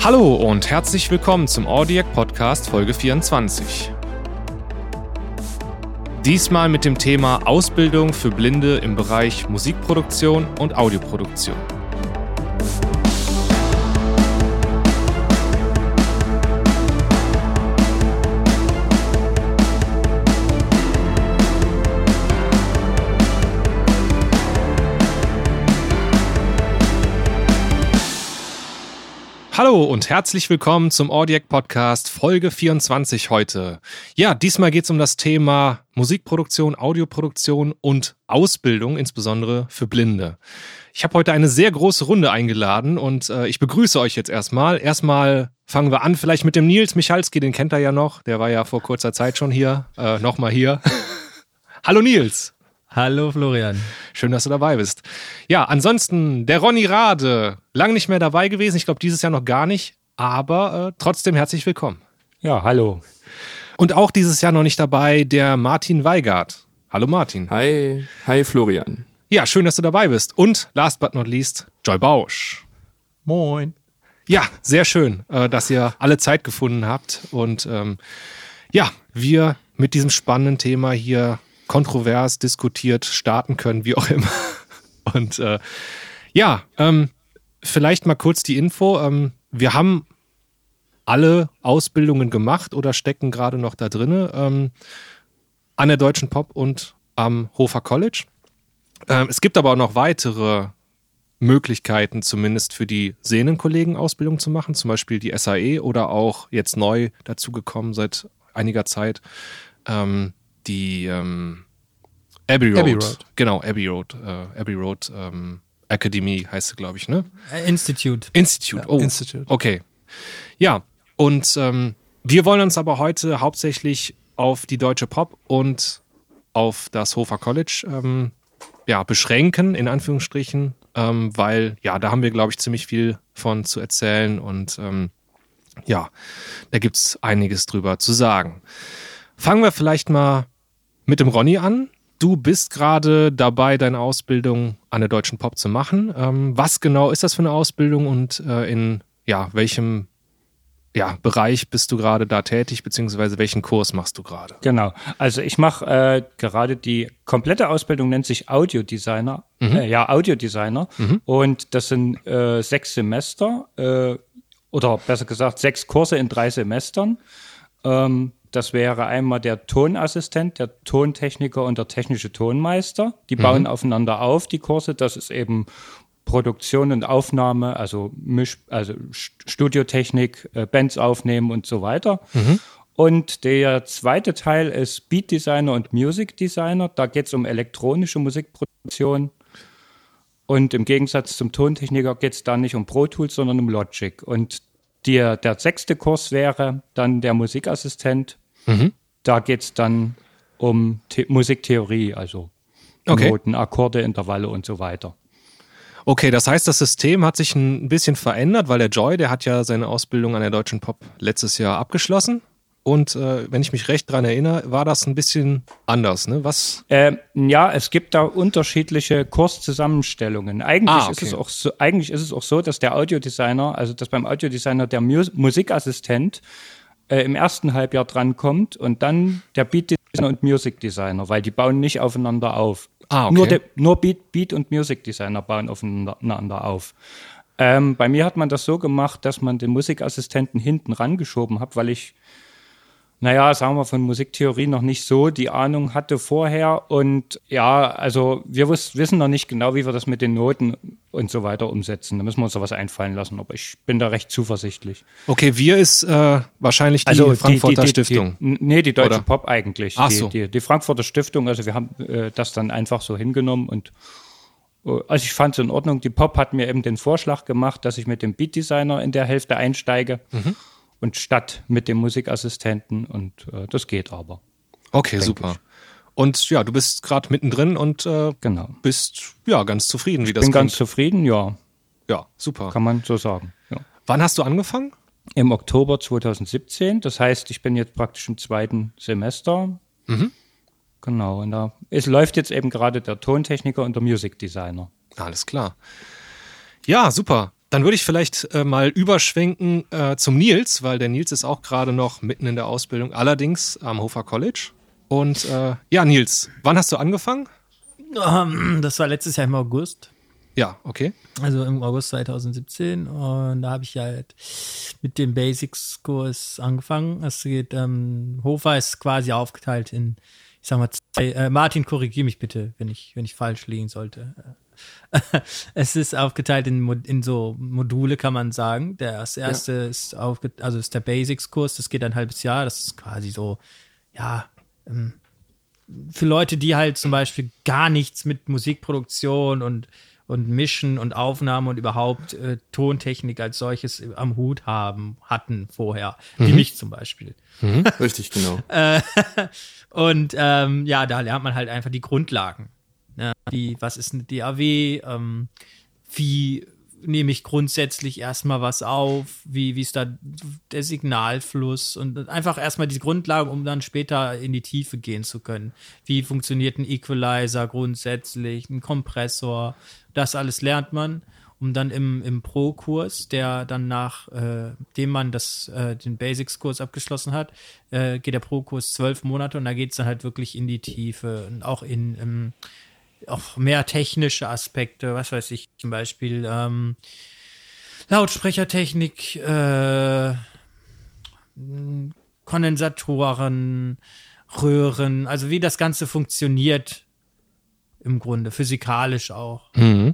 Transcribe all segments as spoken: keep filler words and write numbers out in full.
Hallo und herzlich willkommen zum Audiac Podcast Folge vierundzwanzig. Diesmal mit dem Thema Ausbildung für Blinde im Bereich Musikproduktion und Audioproduktion. Hallo und herzlich willkommen zum Audiac Podcast Folge vierundzwanzig heute. Ja, diesmal geht es um das Thema Musikproduktion, Audioproduktion und Ausbildung, insbesondere für Blinde. Ich habe heute eine sehr große Runde eingeladen und äh, ich begrüße euch jetzt erstmal. Erstmal fangen wir an vielleicht mit dem Nils Michalski, den kennt ihr ja noch. Der war ja vor kurzer Zeit schon hier, äh, nochmal hier. Hallo Nils. Hallo Florian. Schön, dass du dabei bist. Ja, ansonsten der Ronny Rade, lang nicht mehr dabei gewesen. Ich glaube, dieses Jahr noch gar nicht, aber äh, trotzdem herzlich willkommen. Ja, hallo. Und auch dieses Jahr noch nicht dabei der Martin Weigart. Hallo Martin. Hi, hi Florian. Ja, schön, dass du dabei bist. Und last but not least, Joy Bausch. Moin. Ja, sehr schön, äh, dass ihr alle Zeit gefunden habt und ähm, ja, wir mit diesem spannenden Thema hier kontrovers diskutiert starten können, wie auch immer. Und äh, ja, ähm, vielleicht mal kurz die Info. Ähm, wir haben alle Ausbildungen gemacht oder stecken gerade noch da drin ähm, an der Deutschen Pop und am Hofer College. Ähm, es gibt aber auch noch weitere Möglichkeiten, zumindest für die sehenden Kollegen Ausbildung zu machen, zum Beispiel die S A E oder auch jetzt neu dazugekommen seit einiger Zeit, ähm, die ähm, Abbey Road. Abbey Road. Genau, Abbey Road. Äh, Abbey Road ähm, Academy heißt sie, glaube ich, ne? Institute. Institute, Ja, oh. Institute. Okay. Ja, und ähm, wir wollen uns aber heute hauptsächlich auf die Deutsche Pop und auf das Hofer College ähm, ja, beschränken, in Anführungsstrichen, ähm, weil, ja, da haben wir, glaube ich, ziemlich viel von zu erzählen und ähm, ja, da gibt es einiges drüber zu sagen. Fangen wir vielleicht mal mit dem Ronny an. Du bist gerade dabei, deine Ausbildung an der Deutschen Pop zu machen. Ähm, was genau ist das für eine Ausbildung und äh, in ja, welchem ja, Bereich bist du gerade da tätig, beziehungsweise welchen Kurs machst du gerade? Genau, also ich mache äh, gerade die komplette Ausbildung, nennt sich Audiodesigner. Mhm. Äh, ja, Audiodesigner. Mhm. Und das sind äh, sechs Semester äh, oder besser gesagt sechs Kurse in drei Semestern. Ähm, Das wäre einmal der Tonassistent, der Tontechniker und der technische Tonmeister. Die bauen mhm. aufeinander auf, die Kurse. Das ist eben Produktion und Aufnahme, also Misch, also Studiotechnik, äh, Bands aufnehmen und so weiter. Mhm. Und der zweite Teil ist Beat Designer und Music Designer. Da geht es um elektronische Musikproduktion. Und im Gegensatz zum Tontechniker geht es da nicht um Pro Tools, sondern um Logic. Und der, der sechste Kurs wäre dann der Musikassistent. Mhm. Da geht es dann um The- Musiktheorie, also okay. Noten, Akkorde, Intervalle und so weiter. Okay, das heißt, das System hat sich ein bisschen verändert, weil der Joy, der hat ja seine Ausbildung an der Deutschen Pop letztes Jahr abgeschlossen. Und äh, wenn ich mich recht dran erinnere, war das ein bisschen anders, ne? Was? Ähm, ja, es gibt da unterschiedliche Kurszusammenstellungen. Eigentlich, ah, okay. ist es auch so, eigentlich ist es auch so, dass der Audiodesigner, also dass beim Audiodesigner der Mu- Musikassistent äh, im ersten Halbjahr drankommt und dann der Beat Designer und Music Designer, weil die bauen nicht aufeinander auf. Ah, okay. Nur, de, nur Beat, Beat und Music Designer bauen aufeinander auf. Ähm, bei mir hat man das so gemacht, dass man den Musikassistenten hinten rangeschoben hat, weil ich naja, sagen wir, von Musiktheorie noch nicht so die Ahnung hatte vorher. Und ja, also wir wiss, wissen noch nicht genau, wie wir das mit den Noten und so weiter umsetzen. Da müssen wir uns sowas einfallen lassen. Aber ich bin da recht zuversichtlich. Okay, wir ist äh, wahrscheinlich die also Frankfurter die, die, Stiftung. Die, nee, die Deutsche Oder? Pop eigentlich. Ach die, so. Die, die Frankfurter Stiftung, also wir haben äh, das dann einfach so hingenommen. Und äh, also ich fand es in Ordnung. Die Pop hat mir eben den Vorschlag gemacht, dass ich mit dem Beat Designer in der Hälfte einsteige. Mhm. Und statt mit dem Musikassistenten und äh, das geht aber. Okay, super. Ich. Und ja, du bist gerade mittendrin und äh, genau. bist ja ganz zufrieden, wie das Ich bin klingt. ganz zufrieden, ja. Ja, super. Kann man so sagen. Ja. Wann hast du angefangen? Im Oktober zwanzig siebzehn. Das heißt, ich bin jetzt praktisch im zweiten Semester. Mhm. Genau. Und da es läuft jetzt eben gerade der Tontechniker und der Music Designer. Alles klar. Ja, super. Dann würde ich vielleicht äh, mal überschwenken äh, zum Nils, weil der Nils ist auch gerade noch mitten in der Ausbildung, allerdings am Hofer College. Und äh, ja, Nils, wann hast du angefangen? Um, das war letztes Jahr im August. Ja, okay. Also im August zwanzig siebzehn. Und da habe ich halt mit dem Basics-Kurs angefangen. Es geht, ähm, Hofer ist quasi aufgeteilt in, ich sag mal, zwei, äh, Martin, korrigiere mich bitte, wenn ich, wenn ich falsch liegen sollte. Es ist aufgeteilt in, in so Module, kann man sagen. Das erste ja. ist aufge, also ist der Basics-Kurs, das geht ein halbes Jahr. Das ist quasi so, ja, ähm, für Leute, die halt zum Beispiel gar nichts mit Musikproduktion und, und Mischen und Aufnahme und überhaupt äh, Tontechnik als solches am Hut haben, hatten vorher. Mhm. Wie mich zum Beispiel. Mhm. Richtig, genau. Äh, und ähm, ja, da lernt man halt einfach die Grundlagen. Ja, die, was ist eine D A W? Ähm, wie nehme ich grundsätzlich erstmal was auf? Wie, wie ist da der Signalfluss? Und einfach erstmal diese Grundlagen, um dann später in die Tiefe gehen zu können. Wie funktioniert ein Equalizer grundsätzlich, ein Kompressor? Das alles lernt man, um dann im, im Pro-Kurs, der dann nach äh, dem man das, äh, den Basics-Kurs abgeschlossen hat, äh, geht der Pro-Kurs zwölf Monate und da geht es dann halt wirklich in die Tiefe und auch in im, auch mehr technische Aspekte, was weiß ich, zum Beispiel ähm, Lautsprechertechnik, äh, Kondensatoren, Röhren, also wie das Ganze funktioniert im Grunde, physikalisch auch. Mhm.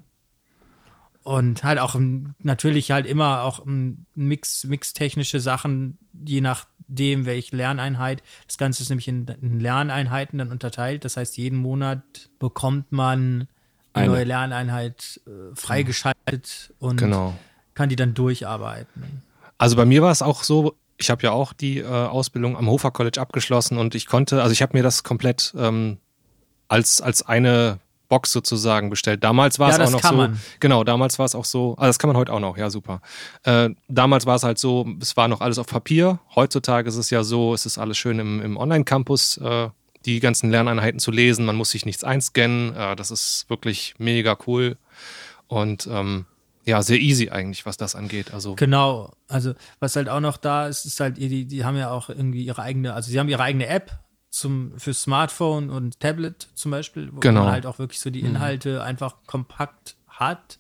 Und halt auch natürlich halt immer auch Mix, mixtechnische Sachen, je nachdem, welche Lerneinheit. Das Ganze ist nämlich in, in Lerneinheiten dann unterteilt. Das heißt, jeden Monat bekommt man eine, eine. neue Lerneinheit äh, freigeschaltet und genau. kann die dann durcharbeiten. Also bei mir war es auch so, ich habe ja auch die äh, Ausbildung am Hofer College abgeschlossen und ich konnte, also ich habe mir das komplett ähm, als, als eine Box sozusagen bestellt. Damals war ja, es auch noch kann so. Man. Genau, damals war es auch so. Also das kann man heute auch noch, ja, super. Äh, damals war es halt so, es war noch alles auf Papier. Heutzutage ist es ja so, es ist alles schön im, im Online-Campus, äh, die ganzen Lerneinheiten zu lesen. Man muss sich nichts einscannen. Äh, das ist wirklich mega cool. Und ähm, ja, sehr easy eigentlich, was das angeht. Also genau, also was halt auch noch da ist, ist halt, die, die haben ja auch irgendwie ihre eigene, also sie haben ihre eigene App zum für Smartphone und Tablet zum Beispiel, wo genau. man halt auch wirklich so die Inhalte mhm. einfach kompakt hat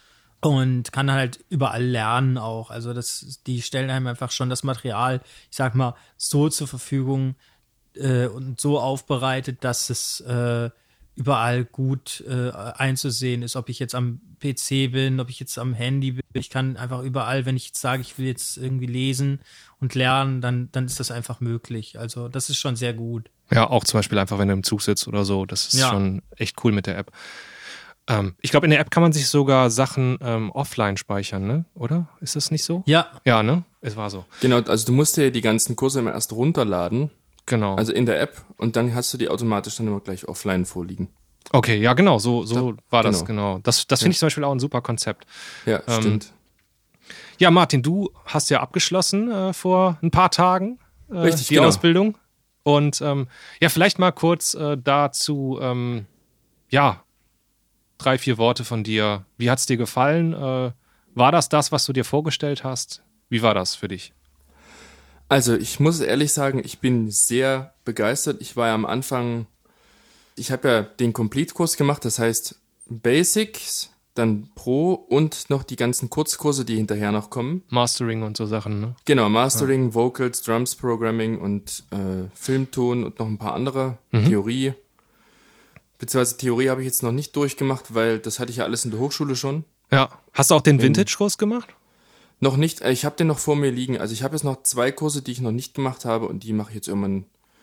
und kann halt überall lernen auch. Also das, die stellen einem einfach schon das Material, ich sag mal, so zur Verfügung äh, und so aufbereitet, dass es äh, überall gut äh, einzusehen ist, ob ich jetzt am P C bin, ob ich jetzt am Handy bin. Ich kann einfach überall, wenn ich jetzt sage, ich will jetzt irgendwie lesen und lernen, dann, dann ist das einfach möglich. Also das ist schon sehr gut. Ja, auch zum Beispiel einfach, wenn du im Zug sitzt oder so. Das ist ja. schon echt cool mit der App. Ähm, ich glaube, in der App kann man sich sogar Sachen ähm, offline speichern, ne? Oder? Ist das nicht so? Ja. Ja, ne? Es war so. Genau, also du musst dir die ganzen Kurse immer erst runterladen. Genau. Also in der App und dann hast du die automatisch dann immer gleich offline vorliegen. Okay, ja genau, so, so da, war genau. das, genau. Das, das finde ja. ich zum Beispiel auch ein super Konzept. Ja, ähm, stimmt. Ja, Martin, du hast ja abgeschlossen äh, vor ein paar Tagen äh, Richtig, die genau. Ausbildung. Und ähm, ja, vielleicht mal kurz äh, dazu, ähm, ja, drei, vier Worte von dir. Wie hat es dir gefallen? Äh, war das das, was du dir vorgestellt hast? Wie war das für dich? Also ich muss ehrlich sagen, ich bin sehr begeistert. Ich war ja am Anfang, ich habe ja den Complete-Kurs gemacht, das heißt Basics, dann Pro und noch die ganzen Kurzkurse, die hinterher noch kommen. Mastering und so Sachen, ne? Genau, Mastering, ja. Vocals, Drums, Programming und äh, Filmton und noch ein paar andere. Mhm. Theorie. Beziehungsweise Theorie habe ich jetzt noch nicht durchgemacht, weil das hatte ich ja alles in der Hochschule schon. Ja. Hast du auch den Vintage-Kurs gemacht? Noch nicht, ich habe den noch vor mir liegen. Also ich habe jetzt noch zwei Kurse, die ich noch nicht gemacht habe und die mache ich jetzt irgendwann,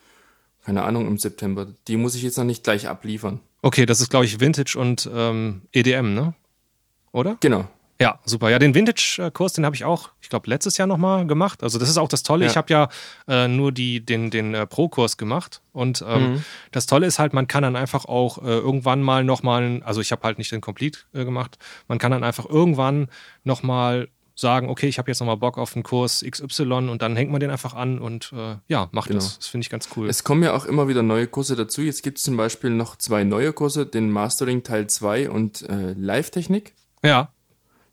keine Ahnung, im September. Die muss ich jetzt noch nicht gleich abliefern. Okay, das ist, glaube ich, Vintage und ähm, E D M, ne? Oder? Genau. Ja, super. Ja, den Vintage-Kurs, den habe ich auch, ich glaube, letztes Jahr nochmal gemacht. Also das ist auch das Tolle. Ja. Ich habe ja äh, nur die, den, den äh, Pro-Kurs gemacht. Und ähm, mhm. das Tolle ist halt, man kann dann einfach auch äh, irgendwann mal nochmal, also ich habe halt nicht den Complete äh, gemacht, man kann dann einfach irgendwann nochmal sagen, okay, ich habe jetzt nochmal Bock auf einen Kurs X Y und dann hängt man den einfach an und äh, ja, macht genau. das. Das finde ich ganz cool. Es kommen ja auch immer wieder neue Kurse dazu. Jetzt gibt es zum Beispiel noch zwei neue Kurse, den Mastering Teil zwei und äh, Live-Technik. Ja.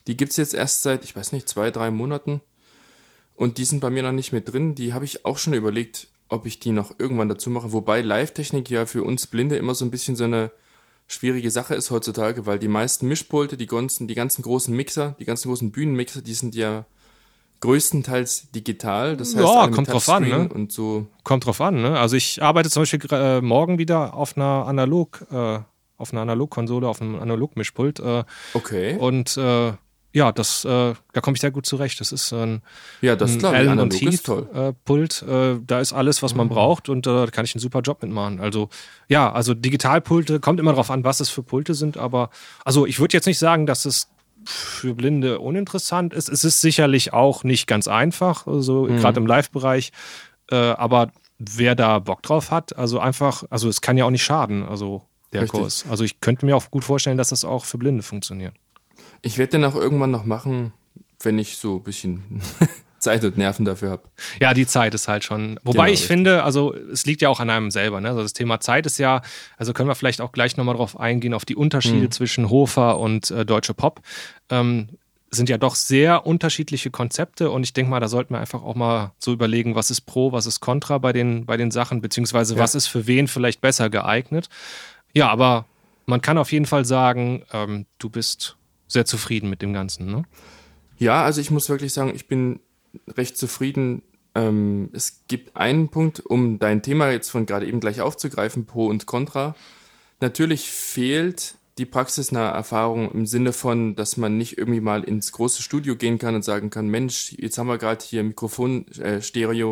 Die gibt es jetzt erst seit, ich weiß nicht, zwei, drei Monaten. Und die sind bei mir noch nicht mit drin. Die habe ich auch schon überlegt, ob ich die noch irgendwann dazu mache. Wobei Live-Technik ja für uns Blinde immer so ein bisschen so eine schwierige Sache ist heutzutage, weil die meisten Mischpulte, die ganzen, die ganzen großen Mixer, die ganzen großen Bühnenmixer, die sind ja größtenteils digital. Das heißt, ja, alle mit kommt drauf an, Touchscreen ne? und so. Kommt drauf an, ne? Also ich arbeite zum Beispiel äh, morgen wieder auf einer Analog, äh, auf einer Analogkonsole, auf einem Analogmischpult. Äh, Okay. Und äh, ja, das, äh, da komme ich sehr gut zurecht. Das ist ein, Ja, das ein glaube ich. Allen und Analog ist toll. Heath äh, Pult. Äh, da ist alles, was man braucht und äh, da kann ich einen super Job mitmachen. Also ja, also Digitalpulte, kommt immer darauf an, was es für Pulte sind, aber also ich würde jetzt nicht sagen, dass es für Blinde uninteressant ist. Es ist sicherlich auch nicht ganz einfach, also Mhm. gerade im Live-Bereich, äh, aber wer da Bock drauf hat, also einfach, also es kann ja auch nicht schaden, also der Richtig. Kurs. Also ich könnte mir auch gut vorstellen, dass das auch für Blinde funktioniert. Ich werde den auch irgendwann noch machen, wenn ich so ein bisschen Zeit und Nerven dafür habe. Ja, die Zeit ist halt schon. Wobei Genau, ich richtig. finde, also es liegt ja auch an einem selber. Ne? Also das Thema Zeit ist ja, also können wir vielleicht auch gleich nochmal drauf eingehen, auf die Unterschiede Mhm. zwischen Hofer und äh, Deutsche Pop. Ähm, sind ja doch sehr unterschiedliche Konzepte und ich denke mal, da sollten wir einfach auch mal so überlegen, was ist Pro, was ist Contra bei den, bei den Sachen, beziehungsweise Ja. was ist für wen vielleicht besser geeignet. Ja, aber man kann auf jeden Fall sagen, ähm, du bist sehr zufrieden mit dem Ganzen, ne? Ja, also ich muss wirklich sagen, ich bin recht zufrieden. Ähm, es gibt einen Punkt, um dein Thema jetzt von gerade eben gleich aufzugreifen, Pro und Contra. Natürlich fehlt die praxisnahe Erfahrung im Sinne von, dass man nicht irgendwie mal ins große Studio gehen kann und sagen kann, Mensch, jetzt haben wir gerade hier Mikrofon, äh,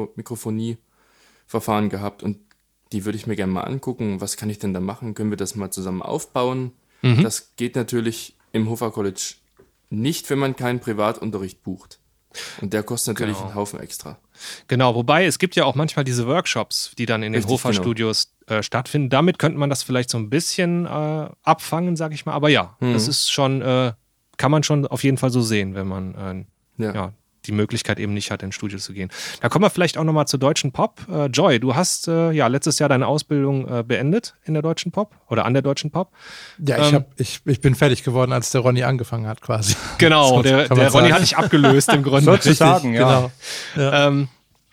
Stereo-Mikrofonie-Verfahren gehabt und die würde ich mir gerne mal angucken. Was kann ich denn da machen? Können wir das mal zusammen aufbauen? Mhm. Das geht natürlich im Hofer College nicht, wenn man keinen Privatunterricht bucht. Und der kostet natürlich Genau. einen Haufen extra. Genau, wobei es gibt ja auch manchmal diese Workshops, die dann in den Richtig, Hofer-Studios äh, stattfinden. Damit könnte man das vielleicht so ein bisschen äh, abfangen, sag ich mal. Aber ja, Mhm. das ist schon, äh, kann man schon auf jeden Fall so sehen, wenn man äh, Ja. ja, die Möglichkeit eben nicht hat, ins Studio zu gehen. Da kommen wir vielleicht auch nochmal zur Deutschen Pop. Äh, Joy, du hast äh, ja letztes Jahr deine Ausbildung äh, beendet in der Deutschen Pop oder an der Deutschen Pop. Ja, ich, Ähm, hab, ich, ich bin fertig geworden, als der Ronny angefangen hat, quasi. Genau, So der, kann man der Ronny sagen. hat dich abgelöst im Grunde. Sozusagen, ja. Genau. Ähm,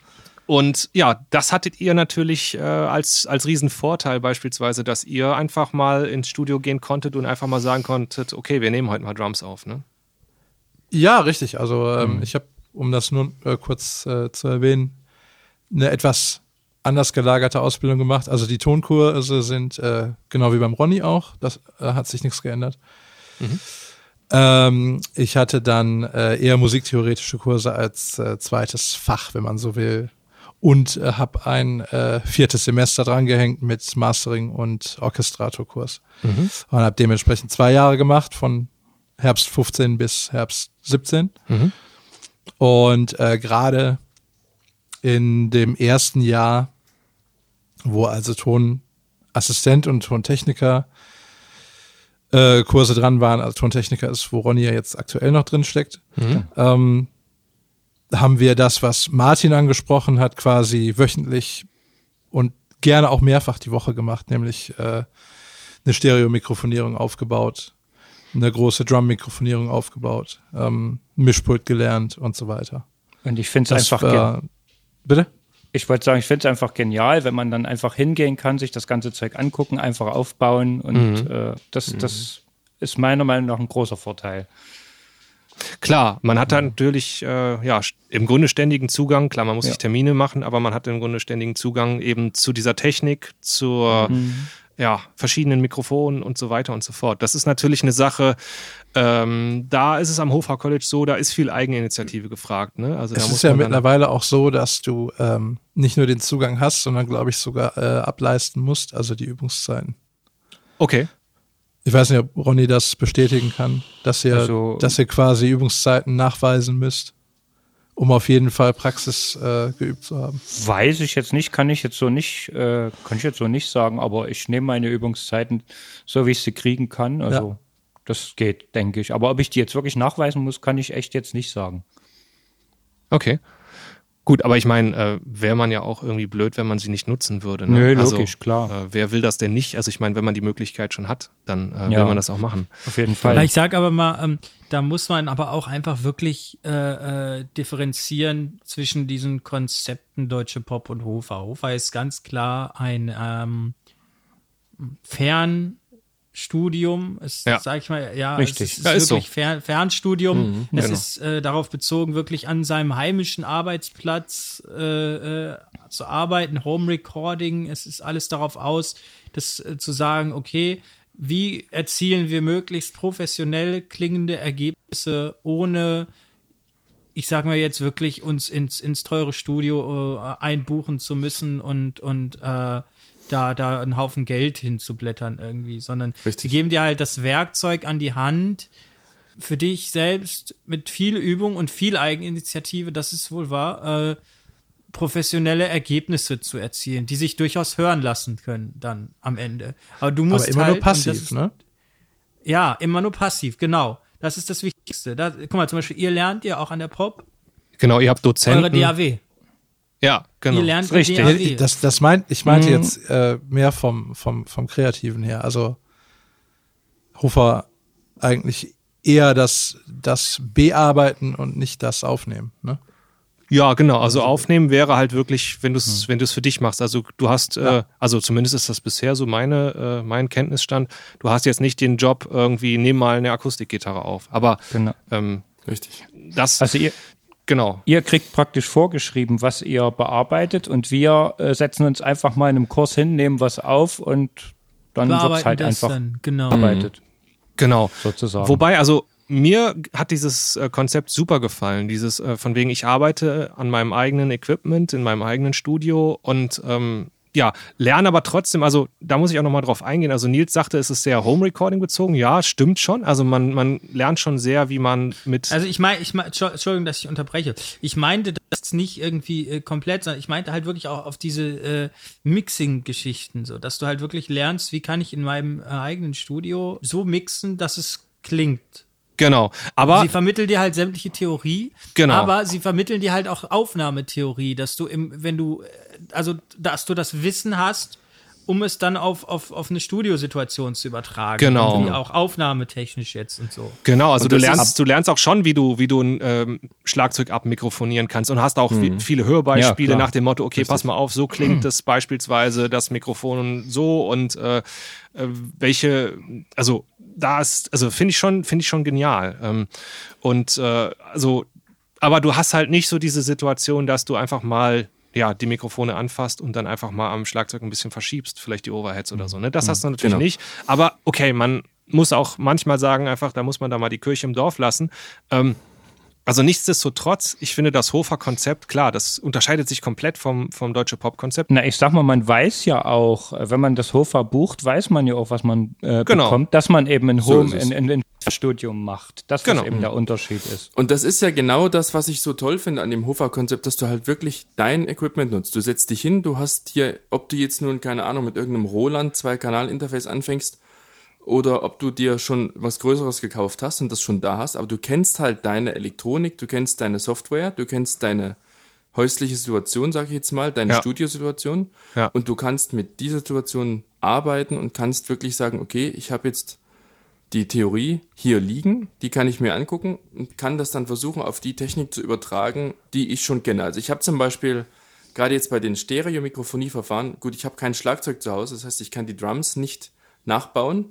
und ja, das hattet ihr natürlich äh, als, als Riesenvorteil beispielsweise, dass ihr einfach mal ins Studio gehen konntet und einfach mal sagen konntet, okay, wir nehmen heute mal Drums auf, ne? Ja, richtig. Also ähm, Mhm. ich habe, um das nur äh, kurz äh, zu erwähnen, eine etwas anders gelagerte Ausbildung gemacht. Also die Tonkurse sind äh, genau wie beim Ronny auch. Das äh, hat sich nichts geändert. Mhm. Ähm, ich hatte dann äh, eher musiktheoretische Kurse als äh, zweites Fach, wenn man so will. Und äh, habe ein äh, viertes Semester drangehängt mit Mastering und Orchestratorkurs. Mhm. Und habe dementsprechend zwei Jahre gemacht, von Herbst fünfzehn bis Herbst siebzehn. Mhm. Und äh, gerade in dem ersten Jahr, wo also Tonassistent und Tontechniker äh, Kurse dran waren, also Tontechniker ist, wo Ronny ja jetzt aktuell noch drin steckt, Mhm. ähm, haben wir das, was Martin angesprochen hat, quasi wöchentlich und gerne auch mehrfach die Woche gemacht, nämlich äh, eine Stereo-Mikrofonierung aufgebaut, eine große Drum-Mikrofonierung aufgebaut, ähm, Mischpult gelernt und so weiter. Und ich finde es Das einfach, war, gen- bitte? ich wollte sagen, ich finde es einfach genial, wenn man dann einfach hingehen kann, sich das ganze Zeug angucken, einfach aufbauen und Mhm. äh, das, das ist meiner Meinung nach ein großer Vorteil. Klar, man hat da natürlich äh, ja, st- im Grunde ständigen Zugang. Klar, man muss Ja. sich Termine machen, aber man hat im Grunde ständigen Zugang eben zu dieser Technik, zur Mhm. ja, verschiedenen Mikrofonen und so weiter und so fort. Das ist natürlich eine Sache, ähm, da ist es am Hofer College so, da ist viel Eigeninitiative gefragt. Ne? Also da Es muss ist ja man dann, mittlerweile auch so, dass du ähm, nicht nur den Zugang hast, sondern glaube ich sogar äh, ableisten musst, also die Übungszeiten. okay. Ich weiß nicht, ob Ronny das bestätigen kann, dass ihr, Also- dass ihr quasi Übungszeiten nachweisen müsst, um auf jeden Fall Praxis äh, geübt zu haben. Weiß ich jetzt nicht, kann ich jetzt so nicht, äh, kann ich jetzt so nicht sagen, aber ich nehme meine Übungszeiten so, wie ich sie kriegen kann. Also Ja. das geht, denke ich. Aber ob ich die jetzt wirklich nachweisen muss, kann ich echt jetzt nicht sagen. Okay. Gut, aber ich meine, äh, wäre man ja auch irgendwie blöd, wenn man sie nicht nutzen würde. Ne? Nö, also, logisch, klar. Äh, wer will das denn nicht? Also ich meine, wenn man die Möglichkeit schon hat, dann äh, Ja. will man das auch machen. Auf jeden Fall. Ja, ich sage aber mal, ähm, da muss man aber auch einfach wirklich äh, äh, differenzieren zwischen diesen Konzepten Deutsche Pop und Hofer. Hofer ist ganz klar ein ähm, Fernstudium. Es, Ja. sag ich mal, ja, Richtig. es ist, Ja, ist wirklich so. Fer Fernstudium. Mhm, es genau. ist äh, darauf bezogen, wirklich an seinem heimischen Arbeitsplatz äh, äh, zu arbeiten, Home Recording. Es ist alles darauf aus, das äh, zu sagen, okay, wie erzielen wir möglichst professionell klingende Ergebnisse, ohne, ich sage mal jetzt wirklich, uns ins, ins teure Studio äh, einbuchen zu müssen und, und äh, da, da einen Haufen Geld hinzublättern irgendwie, sondern Richtig. sie geben dir halt das Werkzeug an die Hand, für dich selbst mit viel Übung und viel Eigeninitiative, das ist wohl wahr, äh, professionelle Ergebnisse zu erzielen, die sich durchaus hören lassen können dann am Ende. Aber du musst Aber immer halt, nur und das passiv, ist, ne? Ja, immer nur passiv, genau. Das ist das Wichtigste. Da, guck mal, zum Beispiel, ihr lernt ja auch an der Pop Genau, ihr habt Dozenten. eure D A W. Ja, genau. Ihr lernt Richtig. die D A W. Nee, das, das meint, ich meinte Mhm. jetzt äh, mehr vom, vom, vom Kreativen her. Also Hofer eigentlich eher das, das Bearbeiten und nicht das Aufnehmen. Ne? Ja, genau. Also aufnehmen wäre halt wirklich, wenn du es, wenn du es für dich machst. Also du hast, äh, also zumindest ist das bisher so meine, äh, mein Kenntnisstand. Du hast jetzt nicht den Job irgendwie, nimm mal eine Akustikgitarre auf. Aber Genau. ähm, Richtig. das, Also ihr, genau. ihr kriegt praktisch vorgeschrieben, was ihr bearbeitet und wir äh, setzen uns einfach mal in einem Kurs hin, nehmen was auf und dann wird es Bearbeiten halt das einfach dann, genau. bearbeitet, Genau. sozusagen. Wobei, also mir hat dieses äh, Konzept super gefallen. Dieses äh, von wegen, ich arbeite an meinem eigenen Equipment, in meinem eigenen Studio und ähm, ja, lerne aber trotzdem, also da muss ich auch nochmal drauf eingehen. Also Nils sagte, es ist sehr Home-Recording bezogen. Ja, stimmt schon. Also man, man lernt schon sehr, wie man mit... Also ich meine, ich mein, Entschuldigung, dass ich unterbreche. Ich meinte das nicht irgendwie äh, komplett, sondern ich meinte halt wirklich auch auf diese äh, Mixing-Geschichten, so, dass du halt wirklich lernst, wie kann ich in meinem äh, eigenen Studio so mixen, dass es klingt. Genau, aber... Sie vermitteln dir halt sämtliche Theorie, Genau. aber sie vermitteln dir halt auch Aufnahmetheorie, dass du im, wenn du, also dass du das Wissen hast, um es dann auf, auf, auf eine Studiosituation zu übertragen. Genau. Irgendwie auch aufnahmetechnisch jetzt und so. Genau, also Und du das lernst, du lernst auch schon, wie du, wie du ein ähm, Schlagzeug abmikrofonieren kannst und hast auch vi- viele Hörbeispiele Ja, klar. nach dem Motto, okay, pass mal auf, so klingt das beispielsweise, das Mikrofon so und äh, äh, welche, also da ist, also finde ich schon, finde ich schon genial. Ähm, und äh, also, aber du hast halt nicht so diese Situation, dass du einfach mal ja, die Mikrofone anfasst und dann einfach mal am Schlagzeug ein bisschen verschiebst, vielleicht die Overheads oder so. Ne? Das hast du natürlich Genau. nicht. Aber okay, man muss auch manchmal sagen, einfach, da muss man da mal die Kirche im Dorf lassen. Ähm, also nichtsdestotrotz, ich finde das Hofer-Konzept, klar, das unterscheidet sich komplett vom, vom Deutsche Pop-Konzept. Na, ich sag mal, man weiß ja auch, äh, wenn man das Hofer bucht, weiß man ja auch, was man äh, Genau. bekommt, dass man eben ein So Home, ist es. in, in, in Studium macht. Das Genau. ist eben der Unterschied ist. Und das ist ja genau das, was ich so toll finde an dem Hofer-Konzept, dass du halt wirklich dein Equipment nutzt. Du setzt dich hin, du hast hier, ob du jetzt nun, keine Ahnung, mit irgendeinem Roland Zwei-Kanal-Interface anfängst oder ob du dir schon was Größeres gekauft hast und das schon da hast, aber du kennst halt deine Elektronik, du kennst deine Software, du kennst deine häusliche Situation, sage ich jetzt mal, deine Ja. Studiosituation Ja. und du kannst mit dieser Situation arbeiten und kannst wirklich sagen, okay, ich habe jetzt die Theorie hier liegen, die kann ich mir angucken und kann das dann versuchen, auf die Technik zu übertragen, die ich schon kenne. Also ich habe zum Beispiel, gerade jetzt bei den Stereo-Mikrofonie-Verfahren, gut, ich habe kein Schlagzeug zu Hause, das heißt, ich kann die Drums nicht nachbauen,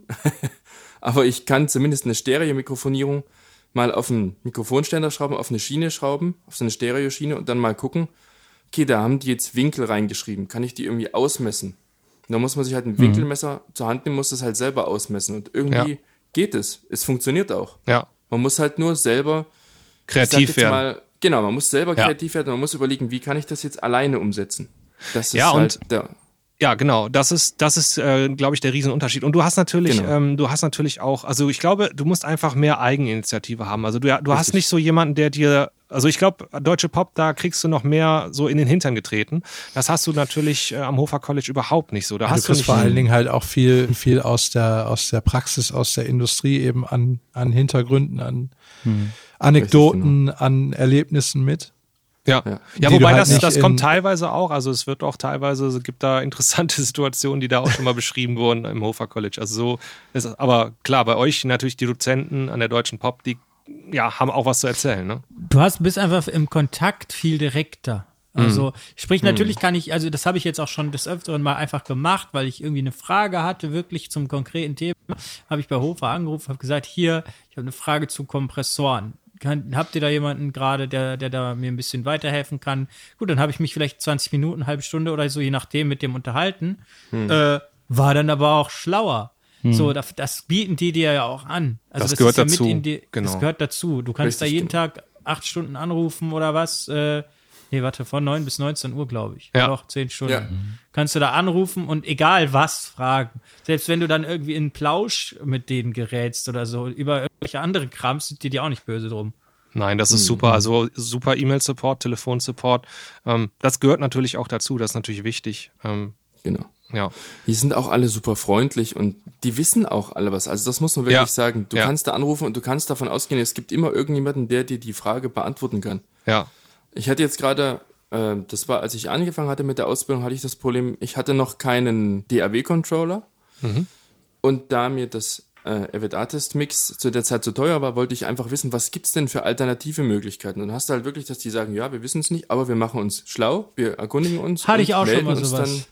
aber ich kann zumindest eine Stereo-Mikrofonierung mal auf einen Mikrofonständer schrauben, auf eine Schiene schrauben, auf so eine Stereoschiene und dann mal gucken, okay, da haben die jetzt Winkel reingeschrieben, kann ich die irgendwie ausmessen? Und da muss man sich halt ein Winkelmesser zur Hand nehmen, muss das halt selber ausmessen und irgendwie Ja. geht es. Es funktioniert auch. Ja, Man muss halt nur selber ich sag kreativ jetzt werden. Mal, genau, man muss selber Ja. kreativ werden, man muss überlegen, wie kann ich das jetzt alleine umsetzen? Das ist Ja, und- halt der, Ja, genau. Das ist, das ist, äh, glaube ich, der Riesenunterschied. Und du hast natürlich, Genau. ähm, du hast natürlich auch, also ich glaube, du musst einfach mehr Eigeninitiative haben. Also du, du hast nicht so jemanden, der dir, also ich glaube, Deutsche Pop, da kriegst du noch mehr so in den Hintern getreten. Das hast du natürlich äh, am Hofer College überhaupt nicht so. Da Du hast du kriegst nicht vor allen Dingen halt auch viel, viel aus der, aus der Praxis, aus der Industrie eben an, an Hintergründen, an Anekdoten, an Erlebnissen mit. Ja, Ja. ja Die du wobei halt das, nicht das in- kommt teilweise auch, also es wird auch teilweise, es gibt da interessante Situationen, die da auch schon mal beschrieben wurden im Hofer College. Also so ist es, aber klar, bei euch natürlich die Dozenten an der Deutschen Pop, die ja, haben auch was zu erzählen, ne? Du hast bist einfach im Kontakt viel direkter. Also, sprich, natürlich kann ich, also das habe ich jetzt auch schon des Öfteren mal einfach gemacht, weil ich irgendwie eine Frage hatte, wirklich zum konkreten Thema, habe ich bei Hofer angerufen, habe gesagt, hier, ich habe eine Frage zu Kompressoren. Kann, habt ihr da jemanden gerade, der, der da mir ein bisschen weiterhelfen kann? Gut, dann habe ich mich vielleicht zwanzig Minuten, eine halbe Stunde oder so, je nachdem, mit dem unterhalten. Äh, war dann aber auch schlauer. So, das, das bieten die dir ja auch an. Also Das das, gehört ist ja dazu, mit in die, genau. Das gehört dazu. Du kannst Richtig, da jeden genau. Tag acht Stunden anrufen oder was. Äh, nee, warte, von neun bis neunzehn Uhr, glaube ich. Ja. Doch, zehn Stunden. Ja. Kannst du da anrufen und egal was fragen. Selbst wenn du dann irgendwie in einen Plausch mit denen gerätst oder so, über irgendwelche andere Krams, sind die dir auch nicht böse drum. Nein, das ist super. Also super E-Mail-Support, Telefonsupport. Ähm, das gehört natürlich auch dazu. Das ist natürlich wichtig. Ähm, Genau. ja. Die sind auch alle super freundlich und die wissen auch alle was. Also das muss man wirklich Ja. sagen. Du Ja. kannst da anrufen und du kannst davon ausgehen, es gibt immer irgendjemanden, der dir die Frage beantworten kann. Ja. Ich hatte jetzt gerade, äh, das war, als ich angefangen hatte mit der Ausbildung, hatte ich das Problem, ich hatte noch keinen D A W-Controller. Und da mir das äh, Evit-Artist-Mix zu der Zeit zu teuer war, wollte ich einfach wissen, was gibt's denn für alternative Möglichkeiten? Und dann hast du halt wirklich, dass die sagen, ja, wir wissen es nicht, aber wir machen uns schlau, wir erkundigen uns. Hatte und ich auch schon melden mal uns sowas. Dann,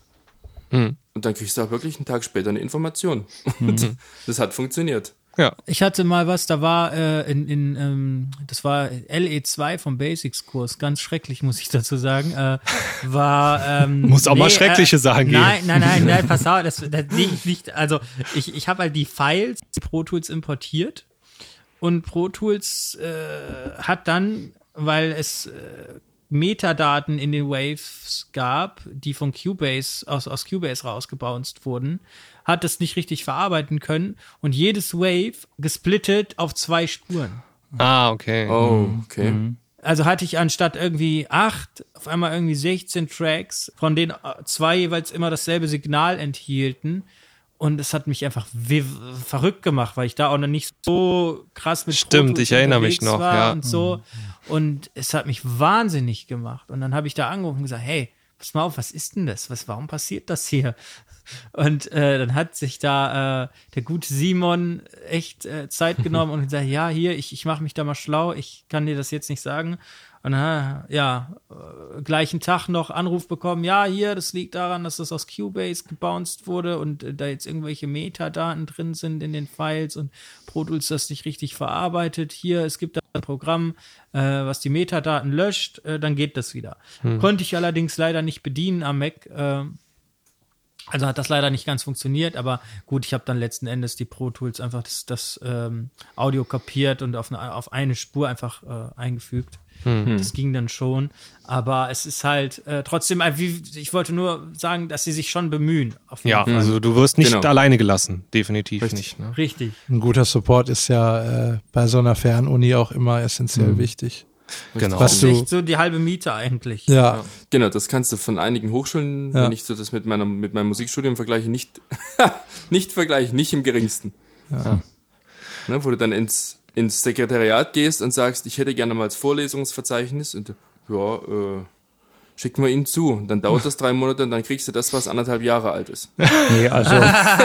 und dann kriegst du auch wirklich einen Tag später eine Information. Und das hat funktioniert. Ja. Ich hatte mal was, da war äh, in, in ähm, das war L E zwei vom Basics-Kurs, ganz schrecklich, muss ich dazu sagen. Äh, war ähm, Muss auch mal schreckliche Sachen geben. Nein, nein, nein, nein, pass auf, das, das nicht, nicht, also ich, ich habe halt die Files Pro Tools importiert und Pro Tools äh, hat dann, weil es äh, Metadaten in den Waves gab, die von Cubase, aus, aus Cubase rausgebounced wurden, hat es nicht richtig verarbeiten können und jedes Wave gesplittet auf zwei Spuren. Ah, okay. Oh, okay. Also hatte ich anstatt irgendwie acht, auf einmal irgendwie sechzehn Tracks, von denen zwei jeweils immer dasselbe Signal enthielten. Und es hat mich einfach we- verrückt gemacht, weil ich da auch noch nicht so krass mit Stimmt, Pro Tools ich erinnere mich unterwegs noch, war ja. und so. Und es hat mich wahnsinnig gemacht. Und dann habe ich da angerufen und gesagt, hey, pass mal auf, was ist denn das? Was, warum passiert das hier? Und äh, dann hat sich da äh, der gute Simon echt äh, Zeit genommen und gesagt, ja, hier, ich, ich mache mich da mal schlau, ich kann dir das jetzt nicht sagen. Und dann, ja, äh, gleichen Tag noch Anruf bekommen, ja, hier, das liegt daran, dass das aus Cubase gebounced wurde und äh, da jetzt irgendwelche Metadaten drin sind in den Files und Pro Tools das nicht richtig verarbeitet. Hier, es gibt da ein Programm, äh, was die Metadaten löscht, äh, dann geht das wieder. Konnte ich allerdings leider nicht bedienen am Mac, äh, also hat das leider nicht ganz funktioniert, aber gut, ich habe dann letzten Endes die Pro Tools einfach das, das ähm, Audio kapiert und auf eine, auf eine Spur einfach äh, eingefügt. Das ging dann schon, aber es ist halt äh, trotzdem, äh, wie, ich wollte nur sagen, dass sie sich schon bemühen. Auf jeden Ja, Fall. also du wirst nicht Genau. alleine gelassen. Definitiv Richtig. nicht. Ne? Richtig. Ein guter Support ist ja äh, bei so einer Fernuni auch immer essentiell wichtig. Genau. Was Das ist du, echt so die halbe Miete eigentlich. ja, Genau, das kannst du von einigen Hochschulen, Ja. wenn ich so das mit meiner mit meinem Musikstudium vergleiche, nicht nicht vergleichen, nicht im geringsten. Ne, wo du dann ins ins Sekretariat gehst und sagst, ich hätte gerne mal das Vorlesungsverzeichnis und ja, äh, schicken wir ihn zu. Und dann dauert das drei Monate und dann kriegst du das, was anderthalb Jahre alt ist. Nee, also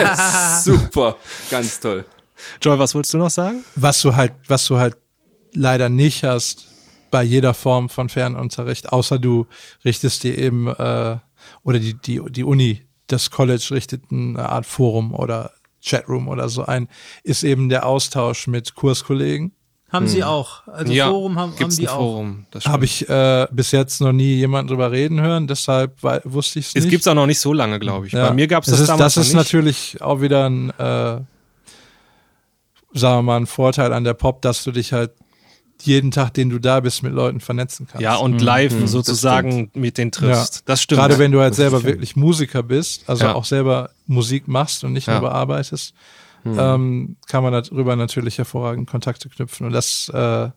Super, ganz toll. Joy, was wolltest du noch sagen? was du halt, was du halt leider nicht hast bei jeder Form von Fernunterricht, außer du richtest dir eben äh, oder die die die Uni, das College richtet eine Art Forum oder Chatroom oder so ein, ist eben der Austausch mit Kurskollegen. Haben sie auch. Also ja, Forum haben, haben gibt's die ein auch. Forum. Das stimmt. Habe ich äh, bis jetzt noch nie jemanden drüber reden hören, deshalb wei- wusste ich es nicht. Es gibt's auch noch nicht so lange, glaube ich. Ja. Bei mir gab es Das das ist, damals das ist noch nicht. natürlich auch wieder ein, äh, sagen wir mal, ein Vorteil an der Pop, dass du dich halt jeden Tag, den du da bist, mit Leuten vernetzen kannst. Ja, und live sozusagen mit denen triffst. Das stimmt. Gerade wenn du halt selber wirklich Musiker bist, also Ja. auch selber Musik machst und nicht Ja. nur bearbeitest, ähm, kann man darüber natürlich hervorragend Kontakte knüpfen. Und das äh,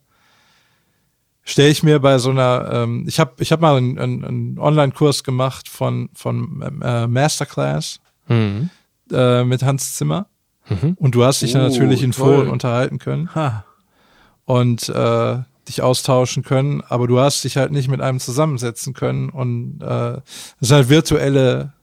stelle ich mir bei so einer, ähm, ich habe ich hab mal einen, einen, einen Online-Kurs gemacht von, von äh, Masterclass Mhm. äh, mit Hans Zimmer. Und du hast dich dann Oh, natürlich in toll. Foren unterhalten können. Ha. Und äh, dich austauschen können, aber du hast dich halt nicht mit einem zusammensetzen können und äh, es sind halt virtuelle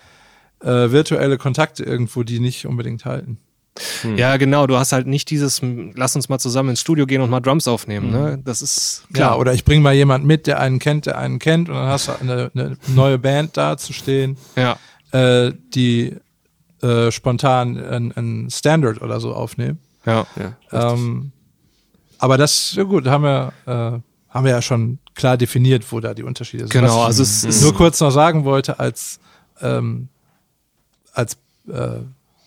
äh, virtuelle Kontakte irgendwo, die nicht unbedingt halten. Hm. Ja, genau, du hast halt nicht dieses, lass uns mal zusammen ins Studio gehen und mal Drums aufnehmen, hm. ne? Das ist klar. Ja, oder ich bringe mal jemanden mit, der einen kennt, der einen kennt und dann hast du eine, eine neue Band da zu stehen, ja. äh, die äh, spontan einen Standard oder so aufnehmen. Ja, ja ähm, aber das, ja gut, haben wir, äh, haben wir ja schon klar definiert, wo da die Unterschiede sind. Genau, Was also ich es ist nur kurz noch sagen wollte, als, ähm, als äh,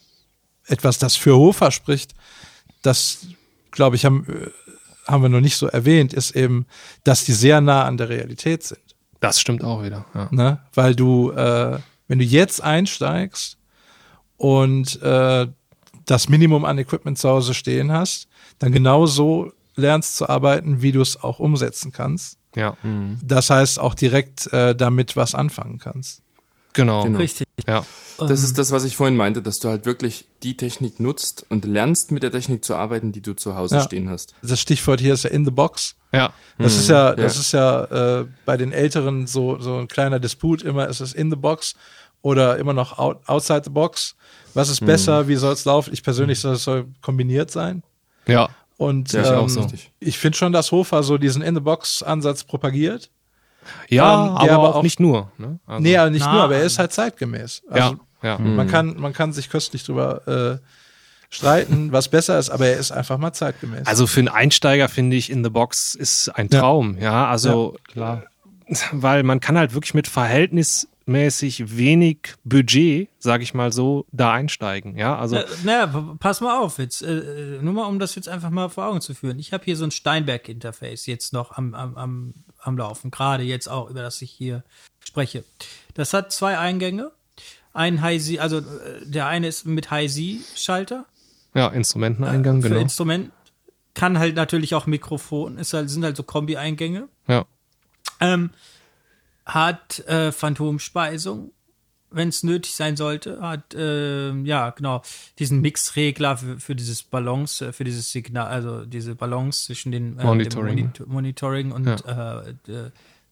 etwas, das für Hofer spricht, das, glaube ich, haben, haben wir noch nicht so erwähnt, ist eben, dass die sehr nah an der Realität sind. Das stimmt auch wieder. Ja. Ne? Weil du, äh, wenn du jetzt einsteigst und äh, das Minimum an Equipment zu Hause stehen hast, dann genau so lernst zu arbeiten, wie du es auch umsetzen kannst. Ja. Mhm. Das heißt, auch direkt äh, damit was anfangen kannst. Genau. Genau. Richtig. Ja. Das ist das, was ich vorhin meinte, dass du halt wirklich die Technik nutzt und lernst, mit der Technik zu arbeiten, die du zu Hause Ja. stehen hast. Das Stichwort hier ist ja in the box. Ja. Das Mhm. ist ja, das Ja. ist ja äh, bei den Älteren so, so ein kleiner Disput immer, ist es in the box oder immer noch out, outside the box. Was ist besser? Wie soll es laufen? Ich persönlich soll es soll kombiniert sein. Ja. Und Ja, ich ähm, auch so. ich finde schon, dass Hofer so diesen Ja, In-the-Box-Ansatz propagiert. ja Ähm, aber, der aber auch auch- nicht nur. Ne? Also, Nee, aber nicht Na, nur, aber er ist halt zeitgemäß. Also ja, ja. man kann, man kann sich köstlich drüber äh, streiten, was besser ist, aber er ist einfach mal zeitgemäß. Also für einen Einsteiger finde ich, in the box ist ein Traum. Ja, also Klar. weil man kann halt wirklich mit verhältnismäßig wenig Budget, sage ich mal so, da einsteigen. Ja, also Äh, naja, p- pass mal auf jetzt. Äh, nur mal, um das jetzt einfach mal vor Augen zu führen. Ich habe hier so ein Steinberg-Interface jetzt noch am, am, am, am Laufen. Gerade jetzt auch, über das ich hier spreche. Das hat zwei Eingänge. Ein Hi-Z, also äh, der eine ist mit Hi-Z-Schalter. ja, Instrumenteneingang, Für genau. Instrument. Kann halt natürlich auch Mikrofon. Ist halt, sind halt so Kombi-Eingänge. Ja, Ähm, hat äh, Phantomspeisung, wenn es nötig sein sollte. Hat, ähm, ja, genau, diesen Mixregler für, für dieses Balance, äh, für dieses Signal, also diese Balance zwischen den äh, Monitoring. Dem Monito- Monitoring und äh, äh,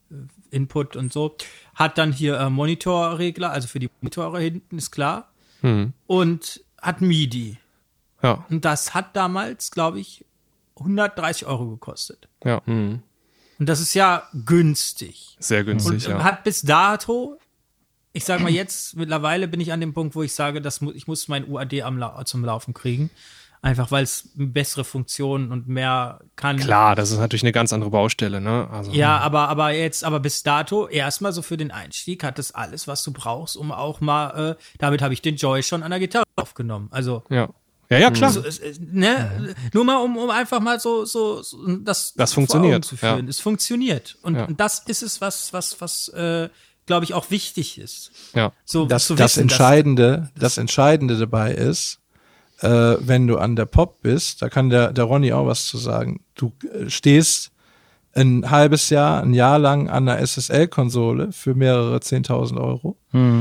Input und so. Hat dann hier äh, Monitorregler, also für die Monitore hinten, ist klar. hm. Und hat MIDI. ja, Und das hat damals, glaube ich, hundertdreißig Euro gekostet. ja. Mhm. Und das ist ja günstig. Sehr günstig, Und ja. hat bis dato, ich sag mal jetzt, mittlerweile bin ich an dem Punkt, wo ich sage, dass mu- ich muss mein U A D am La- zum Laufen kriegen. Einfach weil es bessere Funktionen und mehr kann. Klar, das ist natürlich eine ganz andere Baustelle, ne? Also, Ja, aber, aber jetzt, aber bis dato, erstmal so für den Einstieg hat das alles, was du brauchst, um auch mal, äh, damit habe ich den Joy schon an der Gitarre aufgenommen. Also, ja. Ja, ja, klar. so, es, es, ne, nur mal, um, um einfach mal so, so, so das, Das vor funktioniert, Augen zu führen. ja. Es funktioniert. Und, Ja. und das ist es, was, was, was, äh, glaube ich, auch wichtig ist. Ja. So das, zu das wissen, dass- Entscheidende, das Entscheidende dabei ist, äh, wenn du an der Pop bist, da kann der, der Ronny auch was zu sagen. Du äh, stehst ein halbes Jahr, ein Jahr lang an einer S S L-Konsole für mehrere zehntausend Euro.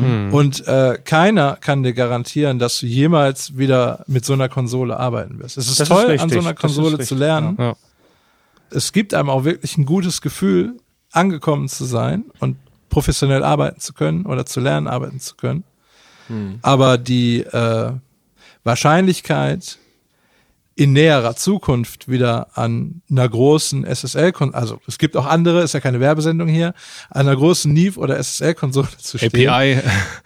Und äh, keiner kann dir garantieren, dass du jemals wieder mit so einer Konsole arbeiten wirst. Es ist Das ist toll, an richtig, so einer das ist Konsole richtig, zu lernen. ja. Es gibt einem auch wirklich ein gutes Gefühl, angekommen zu sein und professionell arbeiten zu können oder zu lernen, arbeiten zu können. Aber die äh, Wahrscheinlichkeit, in näherer Zukunft wieder an einer großen S S L-Konsole, also es gibt auch andere, ist ja keine Werbesendung hier, an einer großen Neve oder S S L-Konsole zu stehen. A P I.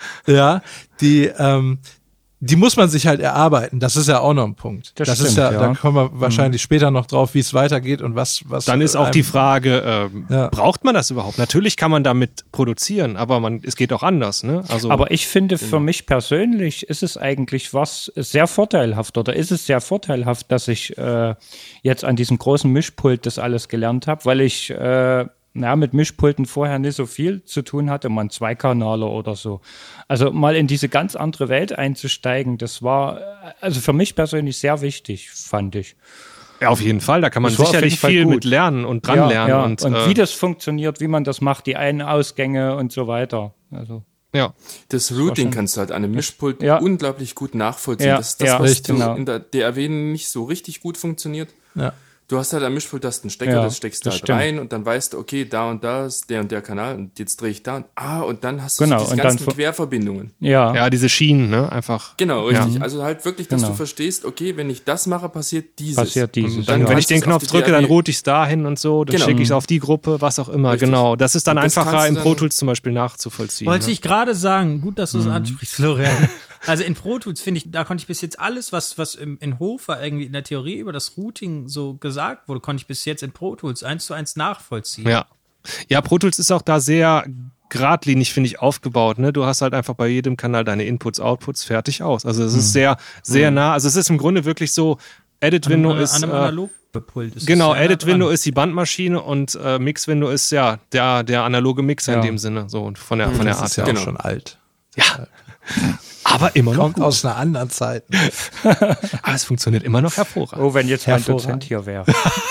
Ja, die, ähm, die muss man sich halt erarbeiten. Das ist ja auch noch ein Punkt. Das ist stimmt, ja, ja. da kommen wir wahrscheinlich später noch drauf, wie es weitergeht und was, was. Dann ist auch einem- die Frage, ähm, Ja. braucht man das überhaupt? Natürlich kann man damit produzieren, aber man, es geht auch anders, ne? Also, Aber ich finde, für mich persönlich ist es eigentlich was sehr vorteilhaft oder ist es sehr vorteilhaft, dass ich äh, jetzt an diesem großen Mischpult das alles gelernt habe, weil ich äh, na, mit Mischpulten vorher nicht so viel zu tun hatte, mal ein Zweikanaler oder so. Also mal in diese ganz andere Welt einzusteigen, das war äh, also für mich persönlich sehr wichtig, fand ich. ja, auf jeden Fall, da kann man Das war auf sicherlich jeden Fall viel gut. mit lernen und dran lernen. ja. Und, und äh, wie das funktioniert, wie man das macht, die einen Ausgänge und so weiter. Also ja. Das Routing schon- kannst du halt an einem Mischpult Ja. unglaublich gut nachvollziehen. Ja, Das ist das, ja, was richtig, du genau. in der D A W nicht so richtig gut funktioniert. Ja. Du hast halt am Mischpult hast einen Stecker, Ja, das steckst du das halt stimmt. rein und dann weißt du, okay, da und da ist der und der Kanal und jetzt drehe ich da und ah, und dann hast du Genau, so diese und dann ganzen fu- Querverbindungen. Ja, Ja, diese Schienen, ne? Einfach. Genau, richtig. Also halt wirklich, dass Genau. du verstehst, okay, wenn ich das mache, passiert dieses. passiert dieses. Dann, ja. wenn ich kannst du den es Knopf auf die drücke, dann D A W route ich es dahin und so, dann Genau. schicke ich es auf die Gruppe, was auch immer. Richtig. Genau. Das ist dann Und das einfacher kannst im du Pro dann- Tools zum Beispiel nachzuvollziehen. Wollte Ne? ich gerade sagen, gut, dass du es Mhm. ansprichst, Florian. Also in Pro Tools finde ich, da konnte ich bis jetzt alles, was, was im, in Hofer irgendwie in der Theorie über das Routing so gesagt wurde, konnte ich bis jetzt in Pro Tools eins zu eins nachvollziehen. Ja. Ja, Pro Tools ist auch da sehr geradlinig, finde ich, aufgebaut. Ne? Du hast halt einfach bei jedem Kanal deine Inputs, Outputs fertig aus. Also es ist sehr, sehr nah. Also es ist im Grunde wirklich so, Edit-Window An, ist. an einem äh, Analogpult ist Genau, es sehr nah Edit-Window dran. ist die Bandmaschine und äh, Mix-Window ist ja der, der analoge Mixer in Ja. dem Sinne. So und von der, von der Das Art ist ja her. auch Genau. schon alt. Ja. Aber immer noch Kommt gut. aus einer anderen Zeit. Aber es funktioniert immer noch hervorragend. Oh, wenn jetzt mein Hervorragend. Dozent hier wäre.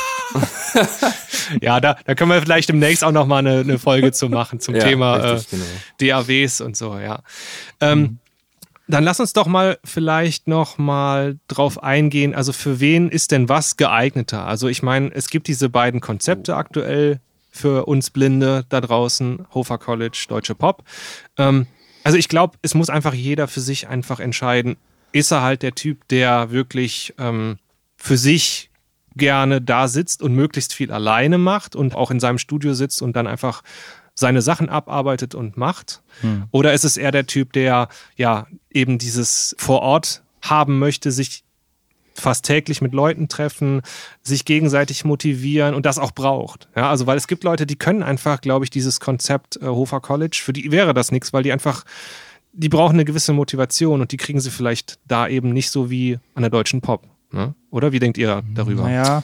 Ja, da, da können wir vielleicht demnächst auch noch mal eine, eine Folge zu machen zum Ja, Thema richtig, äh, genau. D A Ws und so, ja. Ähm, Dann lass uns doch mal vielleicht noch mal drauf eingehen, also für wen ist denn was geeigneter? Also ich meine, es gibt diese beiden Konzepte aktuell für uns Blinde da draußen, Hofer College, Deutsche Pop. Ähm, also ich glaube, es muss einfach jeder für sich einfach entscheiden, ist er halt der Typ, der wirklich ähm, für sich gerne da sitzt und möglichst viel alleine macht und auch in seinem Studio sitzt und dann einfach seine Sachen abarbeitet und macht? Hm. Oder ist es eher der Typ, der ja eben dieses vor Ort haben möchte, sich fast täglich mit Leuten treffen, sich gegenseitig motivieren und das auch braucht? Ja, also weil es gibt Leute, die können einfach, glaube ich, dieses Konzept äh, Hofer College, für die wäre das nichts, weil die einfach, die brauchen eine gewisse Motivation und die kriegen sie vielleicht da eben nicht so wie an der Deutschen Pop. Ne? Oder wie denkt ihr darüber? Naja,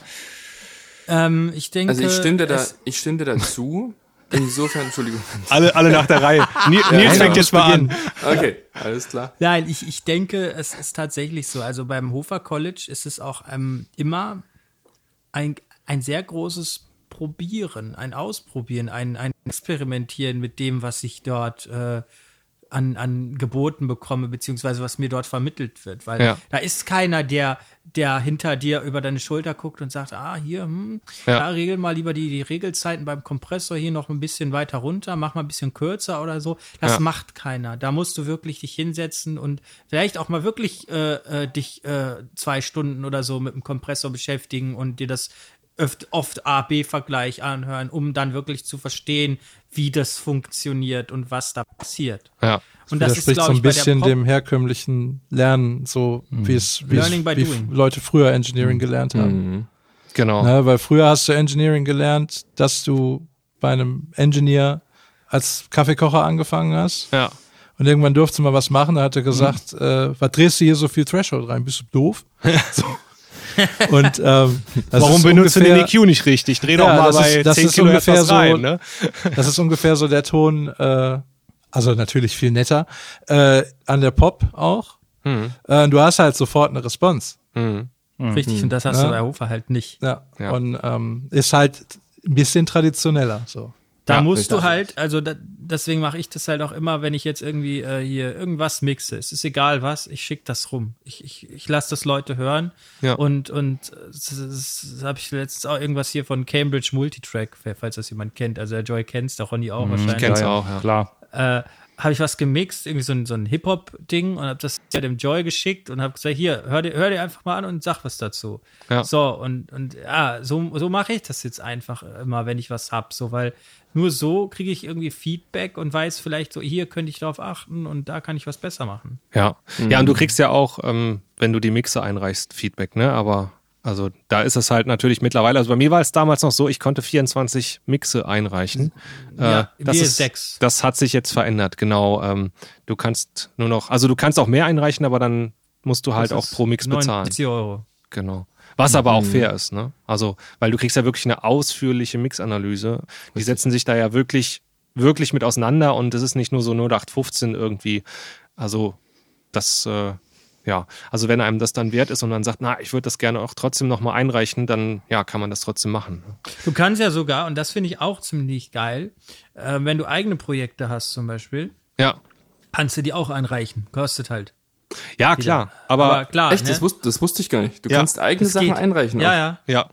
Ähm, ich denke, Also ich stimme dir da, es- ich stimme dir dazu. Insofern, Entschuldigung. Alle, alle nach der Reihe. Nils genau. fängt jetzt mal an. Okay, alles klar. Nein, ich, ich denke, es ist tatsächlich so. Also beim Hofer College ist es auch ähm, immer ein, ein sehr großes Probieren, ein Ausprobieren, ein, ein Experimentieren mit dem, was ich dort äh, an, an Geboten bekomme, beziehungsweise was mir dort vermittelt wird. Weil Ja. da ist keiner, der, der hinter dir über deine Schulter guckt und sagt, ah, hier, hm, Ja. da regel mal lieber die, die Regelzeiten beim Kompressor hier noch ein bisschen weiter runter, mach mal ein bisschen kürzer oder so. Das Ja. macht keiner. Da musst du wirklich dich hinsetzen und vielleicht auch mal wirklich äh, äh, dich äh, zwei Stunden oder so mit dem Kompressor beschäftigen und dir das oft, oft A B Vergleich anhören, um dann wirklich zu verstehen, wie das funktioniert und was da passiert. Ja. Und das ist, Widerspricht glaube so ich, ein bei der bisschen Pop- dem herkömmlichen Lernen, so wie es wie, es, Learning by wie doing. Leute früher Engineering gelernt haben. Genau. Ne, weil früher hast du Engineering gelernt, dass du bei einem Engineer als Kaffeekocher angefangen hast. Ja. Und irgendwann durfte mal was machen. Da hat er gesagt, äh, was drehst du hier so viel Threshold rein? Bist du doof? so. Und ähm, das Warum ist benutzt du den ungefähr- E Q nicht richtig? Dreh doch Ja, mal das bei ist- das zehn ist Kilohertz ungefähr was so- rein, ne? Das ist ungefähr so der Ton, äh, also natürlich viel netter, äh, an der Pop auch. Hm. Äh, du hast halt sofort eine Response. Hm. Richtig, und das hast Ja. du bei Hofer halt nicht. Ja. Ja. Und ähm, ist halt ein bisschen traditioneller. So. Da Ja, musst du richtig. halt, also da, deswegen mache ich das halt auch immer, wenn ich jetzt irgendwie äh, hier irgendwas mixe. Es ist egal was, ich schicke das rum. Ich, ich, ich lasse das Leute hören. Ja. Und, und äh, das, das, das habe ich letztens auch irgendwas hier von Cambridge Multitrack, falls das jemand kennt. Also der Joy kennt's, der Ronny auch wahrscheinlich. kenn's ja, auch, ja. Klar. äh, habe ich was gemixt, irgendwie so ein, so ein Hip-Hop-Ding und habe das ja dem Joy geschickt und habe gesagt, hier, hör dir, hör dir einfach mal an und sag was dazu. Ja. So, und, und ja, so, so mache ich das jetzt einfach immer, wenn ich was hab, so, weil nur so kriege ich irgendwie Feedback und weiß vielleicht so, hier könnte ich darauf achten und da kann ich was besser machen. Ja. Ja, und du kriegst ja auch, ähm, wenn du die Mixe einreichst, Feedback, ne? Aber also da ist es halt natürlich mittlerweile, also bei mir war es damals noch so, ich konnte vierundzwanzig Mixe einreichen. Ja, äh, das wir ist, sechs. Das hat sich jetzt verändert, genau. Ähm, du kannst nur noch, also du kannst auch mehr einreichen, aber dann musst du halt Das auch ist pro Mix bezahlen. neunzig Euro. Genau. Was aber auch fair ist, ne? Also, weil du kriegst ja wirklich eine ausführliche Mixanalyse. Die setzen sich da ja wirklich, wirklich mit auseinander und es ist nicht nur so null acht fünfzehn irgendwie. Also, das, äh, ja, also wenn einem das dann wert ist und man sagt, na, ich würde das gerne auch trotzdem nochmal einreichen, dann, ja, kann man das trotzdem machen. Du kannst ja sogar, und das finde ich auch ziemlich geil, äh, wenn du eigene Projekte hast zum Beispiel, Ja. kannst du die auch einreichen. Kostet halt. Ja, klar. Aber, Aber klar, Echt, ne? das, wusste, das wusste ich gar nicht. Du Ja, kannst eigene Das Sachen geht. einreichen. Ja, auch. ja. ja.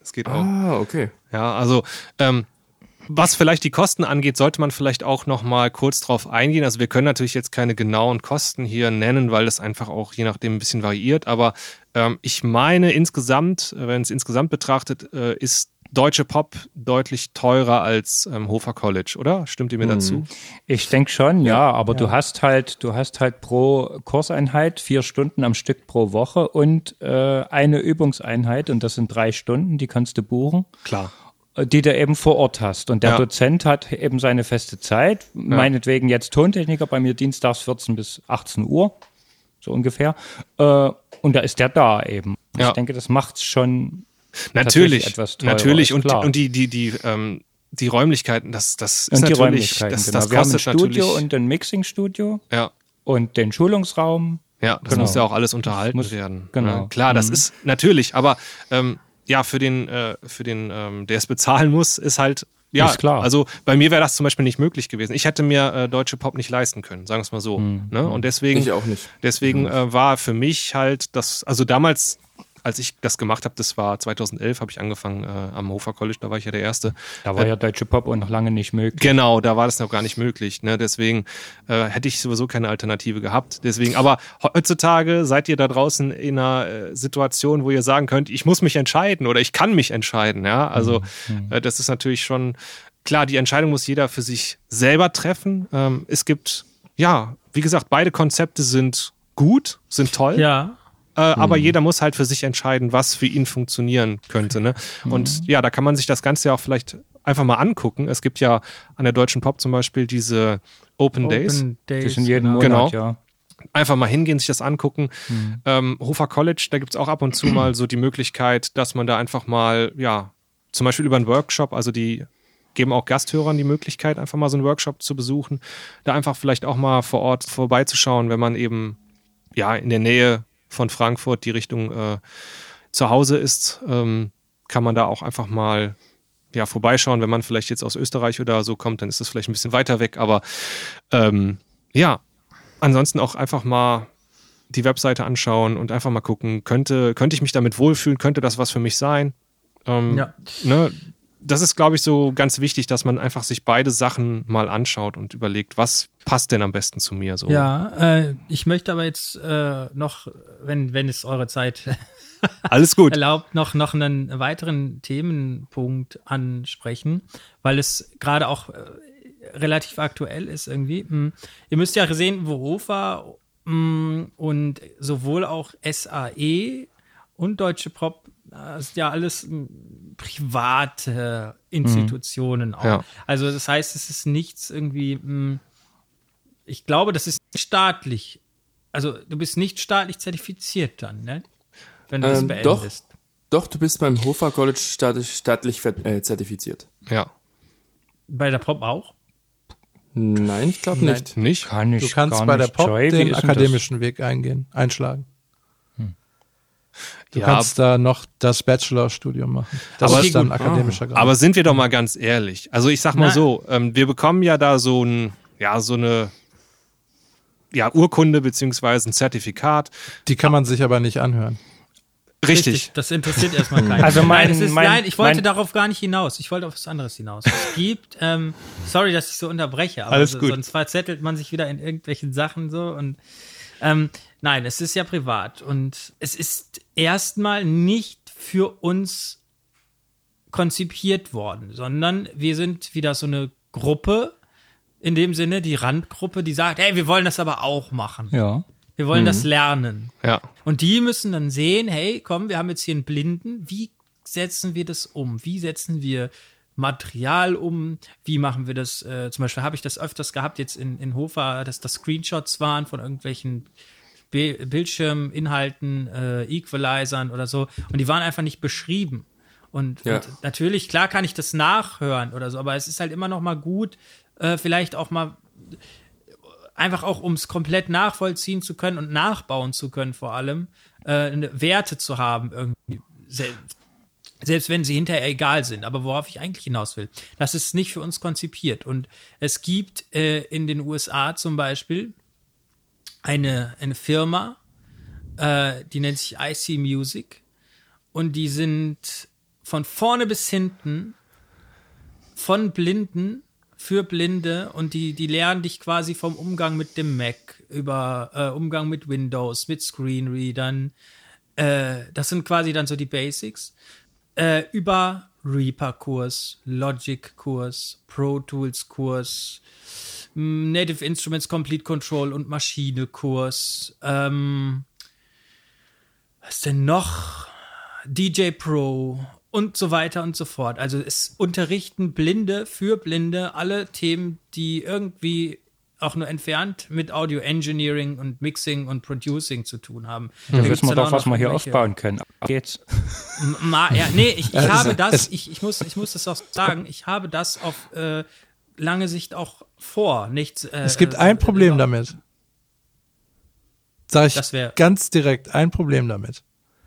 Es geht auch. Ah, okay. Ja, also ähm, was vielleicht die Kosten angeht, sollte man vielleicht auch noch mal kurz drauf eingehen. Also wir können natürlich jetzt keine genauen Kosten hier nennen, weil das einfach auch je nachdem ein bisschen variiert. Aber ähm, ich meine insgesamt, wenn es insgesamt betrachtet, äh, ist Deutsche Pop deutlich teurer als ähm, Hofer College, oder? Stimmt ihr mir dazu? Ich denke schon, ja, aber ja. du hast halt, du hast halt pro Kurseinheit vier Stunden am Stück pro Woche und äh, eine Übungseinheit, und das sind drei Stunden, die kannst du buchen. Klar. Die du eben vor Ort hast. Und der ja. Dozent hat eben seine feste Zeit. Ja. Meinetwegen jetzt Tontechniker, bei mir dienstags vierzehn bis achtzehn Uhr, so ungefähr. Äh, und da ist der da eben. Ja. Ich denke, das macht's schon natürlich etwas teurer, natürlich und, und die die die ähm, die Räumlichkeiten, das das ist und die natürlich Räumlichkeiten, das, genau. das Wir haben ein kostet Studio natürlich und ein Mixing-Studio ja. und den Schulungsraum. Ja, das genau. muss ja auch alles unterhalten muss, werden. Genau. Ja, klar, das mhm. ist natürlich, aber ähm, ja, für den, äh, für den, ähm, der es bezahlen muss, ist halt, ja, ist klar. Also bei mir wäre das zum Beispiel nicht möglich gewesen. Ich hätte mir äh, Deutsche Pop nicht leisten können, sagen wir es mal so. Mhm. Ne? Und deswegen, ich auch nicht. Deswegen äh, war für mich halt das, also damals, als ich das gemacht habe, das war zweitausendelf, habe ich angefangen äh, am Hofer College, da war ich ja der Erste. Da war äh, ja Deutsche Pop auch noch lange nicht möglich. Genau, da war das noch gar nicht möglich. Ne? Deswegen äh, hätte ich sowieso keine Alternative gehabt. Deswegen, aber heutzutage seid ihr da draußen in einer äh, Situation, wo ihr sagen könnt, ich muss mich entscheiden oder ich kann mich entscheiden. Ja, also mhm. äh, das ist natürlich schon klar. Die Entscheidung muss jeder für sich selber treffen. Ähm, es gibt, ja, wie gesagt, beide Konzepte sind gut, sind toll. Ja. Äh, aber mhm. jeder muss halt für sich entscheiden, was für ihn funktionieren könnte. Ne? Und mhm. ja, da kann man sich das Ganze ja auch vielleicht einfach mal angucken. Es gibt ja an der Deutschen Pop zum Beispiel diese Open, Open Days. Days. Das sind jeden Monat, genau. ja. Einfach mal hingehen, sich das angucken. Mhm. Ähm, Hofer College, da gibt es auch ab und zu mal so die Möglichkeit, dass man da einfach mal, ja, zum Beispiel über einen Workshop, also die geben auch Gasthörern die Möglichkeit, einfach mal so einen Workshop zu besuchen, da einfach vielleicht auch mal vor Ort vorbeizuschauen, wenn man eben ja in der Nähe von Frankfurt die Richtung äh, zu Hause ist, ähm, kann man da auch einfach mal ja, vorbeischauen. Wenn man vielleicht jetzt aus Österreich oder so kommt, dann ist das vielleicht ein bisschen weiter weg. Aber ähm, ja, ansonsten auch einfach mal die Webseite anschauen und einfach mal gucken, könnte, könnte ich mich damit wohlfühlen, könnte das was für mich sein? Ähm, ja. ne? Das ist, glaube ich, so ganz wichtig, dass man einfach sich beide Sachen mal anschaut und überlegt, was passt denn am besten zu mir? So. Ja, äh, ich möchte aber jetzt äh, noch, wenn, wenn es eure Zeit alles gut erlaubt, noch, noch einen weiteren Themenpunkt ansprechen, weil es gerade auch äh, relativ aktuell ist irgendwie. Hm. Ihr müsst ja sehen, wo Hofer hm, und sowohl auch S A E und Deutsche Pop, das ist ja alles private Institutionen auch. Ja. Also das heißt, es ist nichts irgendwie, mh, ich glaube, das ist nicht staatlich. Also du bist nicht staatlich zertifiziert dann, ne? Wenn du ähm, das beendest. Doch, doch, du bist beim Hofer College staatlich, staatlich äh, zertifiziert. Ja. Bei der Pop auch? Nein, ich glaube nicht. Nicht? Kann ich Du kannst gar bei der nicht. Pop Joy, wie den ist denn akademischen Weg eingehen, einschlagen. Du Ja, kannst da noch das Bachelorstudium machen. Das aber ist dann gut. akademischer Grad. Aber sind wir doch mal ganz ehrlich. Also ich sag mal Na. so, ähm, wir bekommen ja da so ein, ja, so eine ja, Urkunde beziehungsweise ein Zertifikat. Die kann man sich aber nicht anhören. Richtig. Das interessiert erstmal keinen. Also mein- nein, es ist, mein- nein, ich wollte mein- darauf gar nicht hinaus. Ich wollte auf was anderes hinaus. Es gibt, ähm, sorry, dass ich so unterbreche, aber Alles so, gut. sonst verzettelt man sich wieder in irgendwelchen Sachen so und ähm, nein, es ist ja privat und es ist erstmal nicht für uns konzipiert worden, sondern wir sind wieder so eine Gruppe, in dem Sinne die Randgruppe, die sagt, hey, wir wollen das aber auch machen. Ja. Wir wollen das lernen. Ja. Und die müssen dann sehen, hey, komm, wir haben jetzt hier einen Blinden, wie setzen wir das um? Wie setzen wir Material um? Wie machen wir das? Äh, zum Beispiel habe ich das öfters gehabt jetzt in, in Hofer, dass das Screenshots waren von irgendwelchen Bi- Bildschirminhalten, äh, Equalizern oder so. Und die waren einfach nicht beschrieben. Und, Ja. und natürlich, klar kann ich das nachhören oder so, aber es ist halt immer noch mal gut, äh, vielleicht auch mal einfach auch, um es komplett nachvollziehen zu können und nachbauen zu können vor allem, äh, eine Werte zu haben irgendwie. Sel- Selbst wenn sie hinterher egal sind. Aber worauf ich eigentlich hinaus will, das ist nicht für uns konzipiert. Und es gibt äh, in den U S A zum Beispiel eine, eine Firma, äh, die nennt sich I C Music. Und die sind von vorne bis hinten von Blinden für Blinde und die, die lernen dich quasi vom Umgang mit dem Mac über äh, Umgang mit Windows, mit Screenreadern. Äh, das sind quasi dann so die Basics. Äh, über Reaper-Kurs, Logic-Kurs, Pro Tools-Kurs, Native Instruments Complete Control und Maschine-Kurs. Ähm, was denn noch? D J Pro und so weiter und so fort. Also es unterrichten Blinde für Blinde alle Themen, die irgendwie auch nur entfernt mit Audio Engineering und Mixing und Producing zu tun haben. Da Da wissen gibt's wir dann doch, auch was noch wir hier irgendwelche- aufbauen können. Ab geht's. Ma, ja, nee, ich, ich Also, habe das, es- ich, ich, muss, ich muss das auch sagen, ich habe das auf äh, lange Sicht auch vor. Nichts, äh, Es gibt äh, ein Problem äh, damit. Sag ich Das wär- ganz direkt, ein Problem damit.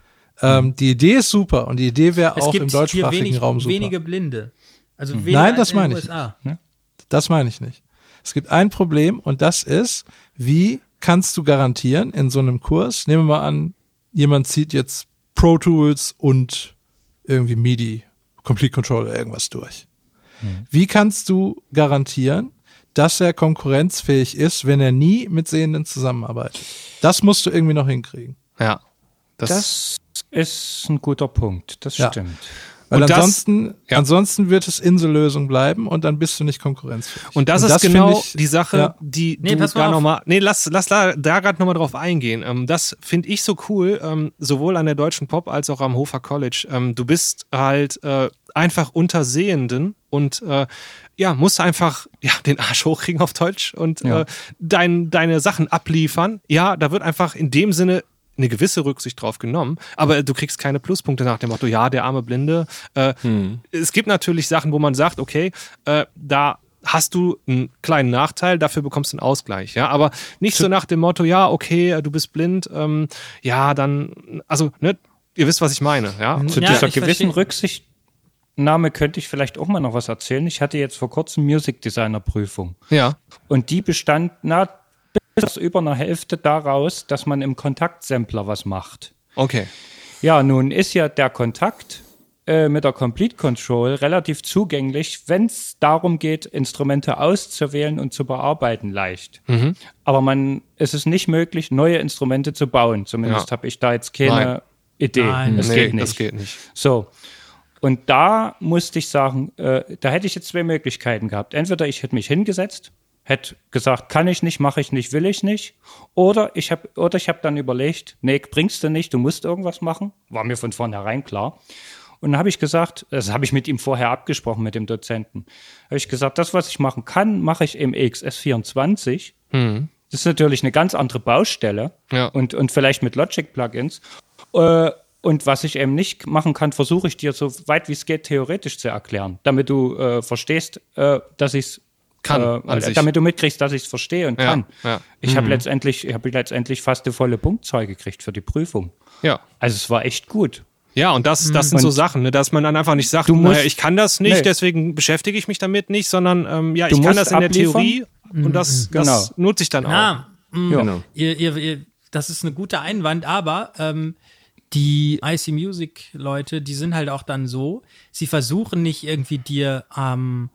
Ähm, die Idee ist super und die Idee wäre Es auch gibt im hier deutschschsprachigen wenig, Raum super. wenige Blinde. Also weniger Nein, als das in den meine ich U S A. Das meine ich nicht. Es gibt ein Problem und das ist, wie kannst du garantieren in so einem Kurs, nehmen wir mal an, jemand zieht jetzt Pro Tools und irgendwie MIDI, Complete Control oder irgendwas durch. Hm. Wie kannst du garantieren, dass er konkurrenzfähig ist, wenn er nie mit Sehenden zusammenarbeitet? Das musst du irgendwie noch hinkriegen. Ja. Das, Das ist ein guter Punkt. Das Ja. stimmt. Weil Und das- ansonsten, ja. ansonsten wird es Insellösung bleiben und dann bist du nicht konkurrenzfähig. Und das Und ist das genau finde ich- die Sache, ja. die Nee, du pass mal gar auf. noch mal, nee, lass, lass da, da gerade nochmal drauf eingehen. Ähm, das finde ich so cool, ähm, sowohl an der Deutschen Pop als auch am Hofer College. Ähm, du bist halt äh, einfach unter Sehenden und äh, ja, musst einfach ja, den Arsch hochkriegen auf Deutsch und Ja. äh, dein, deine Sachen abliefern. Ja, da wird einfach in dem Sinne eine gewisse Rücksicht drauf genommen, aber du kriegst keine Pluspunkte nach dem Motto, ja, der arme Blinde. Äh, Es gibt natürlich Sachen, wo man sagt, okay, äh, da hast du einen kleinen Nachteil, dafür bekommst du einen Ausgleich, ja, aber nicht so nach dem Motto, ja, okay, du bist blind, ähm, ja, dann, also, ne, ihr wisst, was ich meine, ja. Zu Ja, dieser ich gewissen verstehe. Rücksichtnahme könnte ich vielleicht auch mal noch was erzählen. Ich hatte jetzt vor kurzem Music Designer Prüfung Ja, und die bestand na bis über eine Hälfte daraus, dass man im Kontaktsampler was macht. okay. Ja, nun ist ja der Kontakt äh, mit der Complete Control relativ zugänglich, wenn es darum geht, Instrumente auszuwählen und zu bearbeiten, leicht. Mhm. Aber man, es ist nicht möglich, neue Instrumente zu bauen. Zumindest Ja. habe ich da jetzt keine Nein. Idee. Nein. das nee, geht nicht. das geht nicht. So. Und da musste ich sagen, äh, da hätte ich jetzt zwei Möglichkeiten gehabt. Entweder ich hätte mich hingesetzt, hätte gesagt, kann ich nicht, mache ich nicht, will ich nicht. Oder ich habe oder ich habe dann überlegt, nee, bringst du nicht, du musst irgendwas machen. War mir von vornherein klar. Und dann habe ich gesagt, das habe ich mit ihm vorher abgesprochen, mit dem Dozenten. Habe ich gesagt, das, was ich machen kann, mache ich im E X S vierundzwanzig. Mhm. Das ist natürlich eine ganz andere Baustelle Ja. und, und vielleicht mit Logic-Plugins. Äh, und was ich eben nicht machen kann, versuche ich dir so weit wie es geht theoretisch zu erklären, damit du äh, verstehst, äh, dass ich es Kann, an äh, sich. damit du mitkriegst, dass ich es verstehe und Ja, kann. ja. Ich habe letztendlich, ich habe letztendlich fast eine volle Punktzahl gekriegt für die Prüfung. Ja. Also es war echt gut. Ja, und das, das sind Und so Sachen, ne, dass man dann einfach nicht sagt, du musst- naja, ich kann das nicht, Nee. deswegen beschäftige ich mich damit nicht, sondern ähm, ja, Du ich kann musst das in der abliefern. Theorie und das, das Genau. nutze ich dann auch. Ah, mh, Genau. ihr, ihr, ihr, das ist eine gute Einwand, aber ähm, die I C Music Leute, die sind halt auch dann so, sie versuchen nicht irgendwie dir ähm,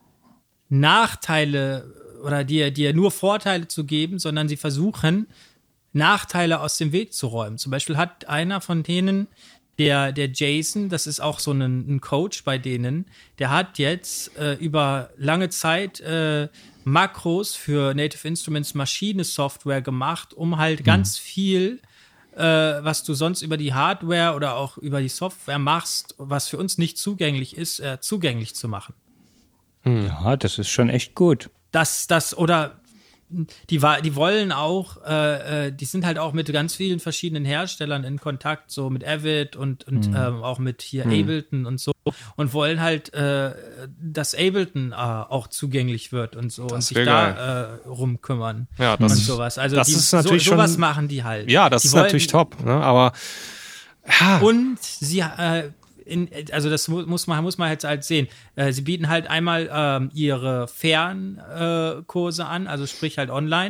Nachteile oder dir, dir nur Vorteile zu geben, sondern sie versuchen Nachteile aus dem Weg zu räumen. Zum Beispiel hat einer von denen, der, der Jason, das ist auch so ein, ein Coach bei denen, der hat jetzt äh, über lange Zeit äh, Makros für Native Instruments Maschine-Software gemacht, um halt ganz viel, äh, was du sonst über die Hardware oder auch über die Software machst, was für uns nicht zugänglich ist, äh, zugänglich zu machen. Ja, das ist schon echt gut. Das, das, oder die, wa- die wollen auch, äh, äh, die sind halt auch mit ganz vielen verschiedenen Herstellern in Kontakt, so mit Avid und, und ähm, auch mit hier Ableton und so, und wollen halt, äh, dass Ableton äh, auch zugänglich wird und so und sich wär da äh, rumkümmern Ja, das- und sowas. Also das die, ist natürlich so, sowas schon- machen die halt. Ja, das die ist wollen- natürlich top, ne? Aber ja, Und sie, äh, in, also das mu- muss man, muss man jetzt halt sehen. Äh, sie bieten halt einmal ähm, ihre Fernkurse äh, Kurse an, also sprich halt online.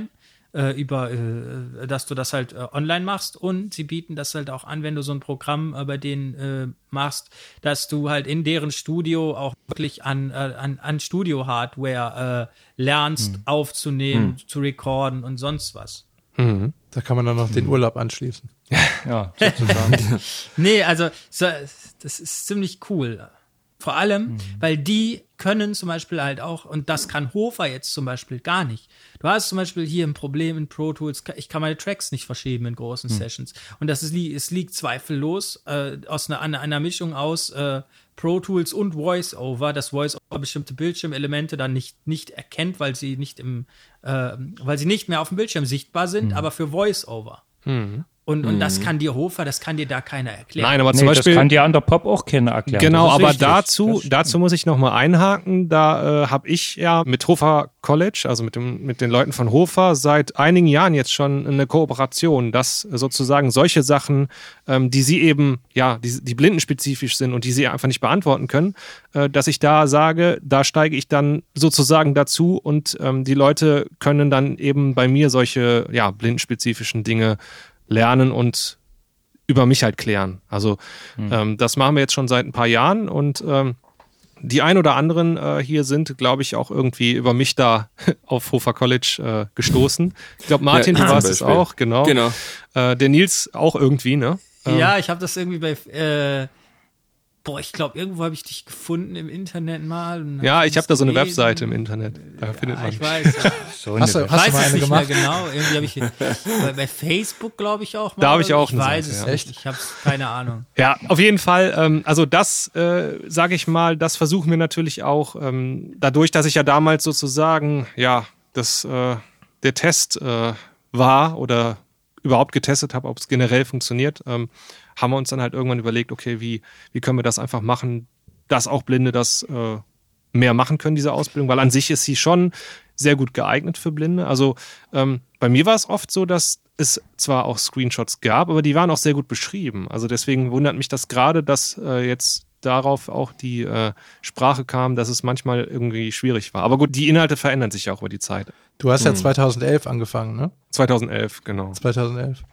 äh, über, äh, dass du das halt äh, online machst, und sie bieten das halt auch an, wenn du so ein Programm äh, bei denen äh, machst, dass du halt in deren Studio auch wirklich an, äh, an, an Studio-Hardware äh, lernst, hm. aufzunehmen, hm. zu recorden und sonst was. Mhm. Da kann man dann noch mhm. den Urlaub anschließen. Ja, sozusagen. Nee, also so, das ist ziemlich cool. Vor allem, mhm. weil die können zum Beispiel halt auch, und das kann Hofer jetzt zum Beispiel gar nicht. Du hast zum Beispiel hier ein Problem in Pro Tools, ich kann meine Tracks nicht verschieben in großen mhm. Sessions. Und das ist, es liegt zweifellos äh, aus einer, einer, einer Mischung aus äh, Pro Tools und Voice-Over, dass Voice-Over bestimmte Bildschirmelemente dann nicht, nicht erkennt, weil sie nicht im, äh, weil sie nicht mehr auf dem Bildschirm sichtbar sind, mhm. aber für Voice-Over. Mhm. Und, und mhm. das kann dir Hofer, das kann dir da keiner erklären. Nein, aber nee, zum Beispiel, das kann dir an der Pop auch keiner erklären. Genau, aber richtig. dazu, dazu muss ich nochmal einhaken. Da äh, habe ich ja mit Hofer College, also mit, dem, mit den Leuten von Hofer, seit einigen Jahren jetzt schon eine Kooperation, dass sozusagen solche Sachen, ähm, die sie eben, ja, die, die blindenspezifisch sind und die sie einfach nicht beantworten können, äh, dass ich da sage, da steige ich dann sozusagen dazu und ähm, die Leute können dann eben bei mir solche, ja, blindenspezifischen Dinge lernen und über mich halt klären. Also mhm. ähm, das machen wir jetzt schon seit ein paar Jahren und ähm, die ein oder anderen äh, hier sind, glaube ich, auch irgendwie über mich da auf Hofer College äh, gestoßen. Ich glaube, Martin, ja, du warst es auch, genau. genau. Äh, der Nils auch irgendwie, ne? Ähm, ja, ich habe das irgendwie bei äh Boah, ich glaube, irgendwo habe ich dich gefunden im Internet mal. Ja, ich habe da so eine Webseite im Internet. Da ja, findet man. Ich weiß. Ja. So hast du, hast ich du mal weiß eine nicht gemacht? mehr genau. Irgendwie habe ich bei, bei Facebook, glaube ich, auch mal. Da habe ich auch ich eine weiß Seite, es ja. nicht. Ich habe keine Ahnung. Ja, auf jeden Fall. Ähm, also das, äh, sage ich mal, das versuchen wir natürlich auch. Ähm, dadurch, dass ich ja damals sozusagen, ja, das äh, der Test äh, war oder überhaupt getestet habe, ob es generell funktioniert, ähm, haben wir uns dann halt irgendwann überlegt, okay, wie, wie können wir das einfach machen, dass auch Blinde das äh, mehr machen können, diese Ausbildung, weil an sich ist sie schon sehr gut geeignet für Blinde. Also ähm, bei mir war es oft so, dass es zwar auch Screenshots gab, aber die waren auch sehr gut beschrieben. Also deswegen wundert mich das gerade, dass äh, jetzt darauf auch die äh, Sprache kam, dass es manchmal irgendwie schwierig war. Aber gut, die Inhalte verändern sich ja auch über die Zeit. Du hast ja zweitausendelf angefangen, ne? zweitausendelf, genau. zweitausendelf.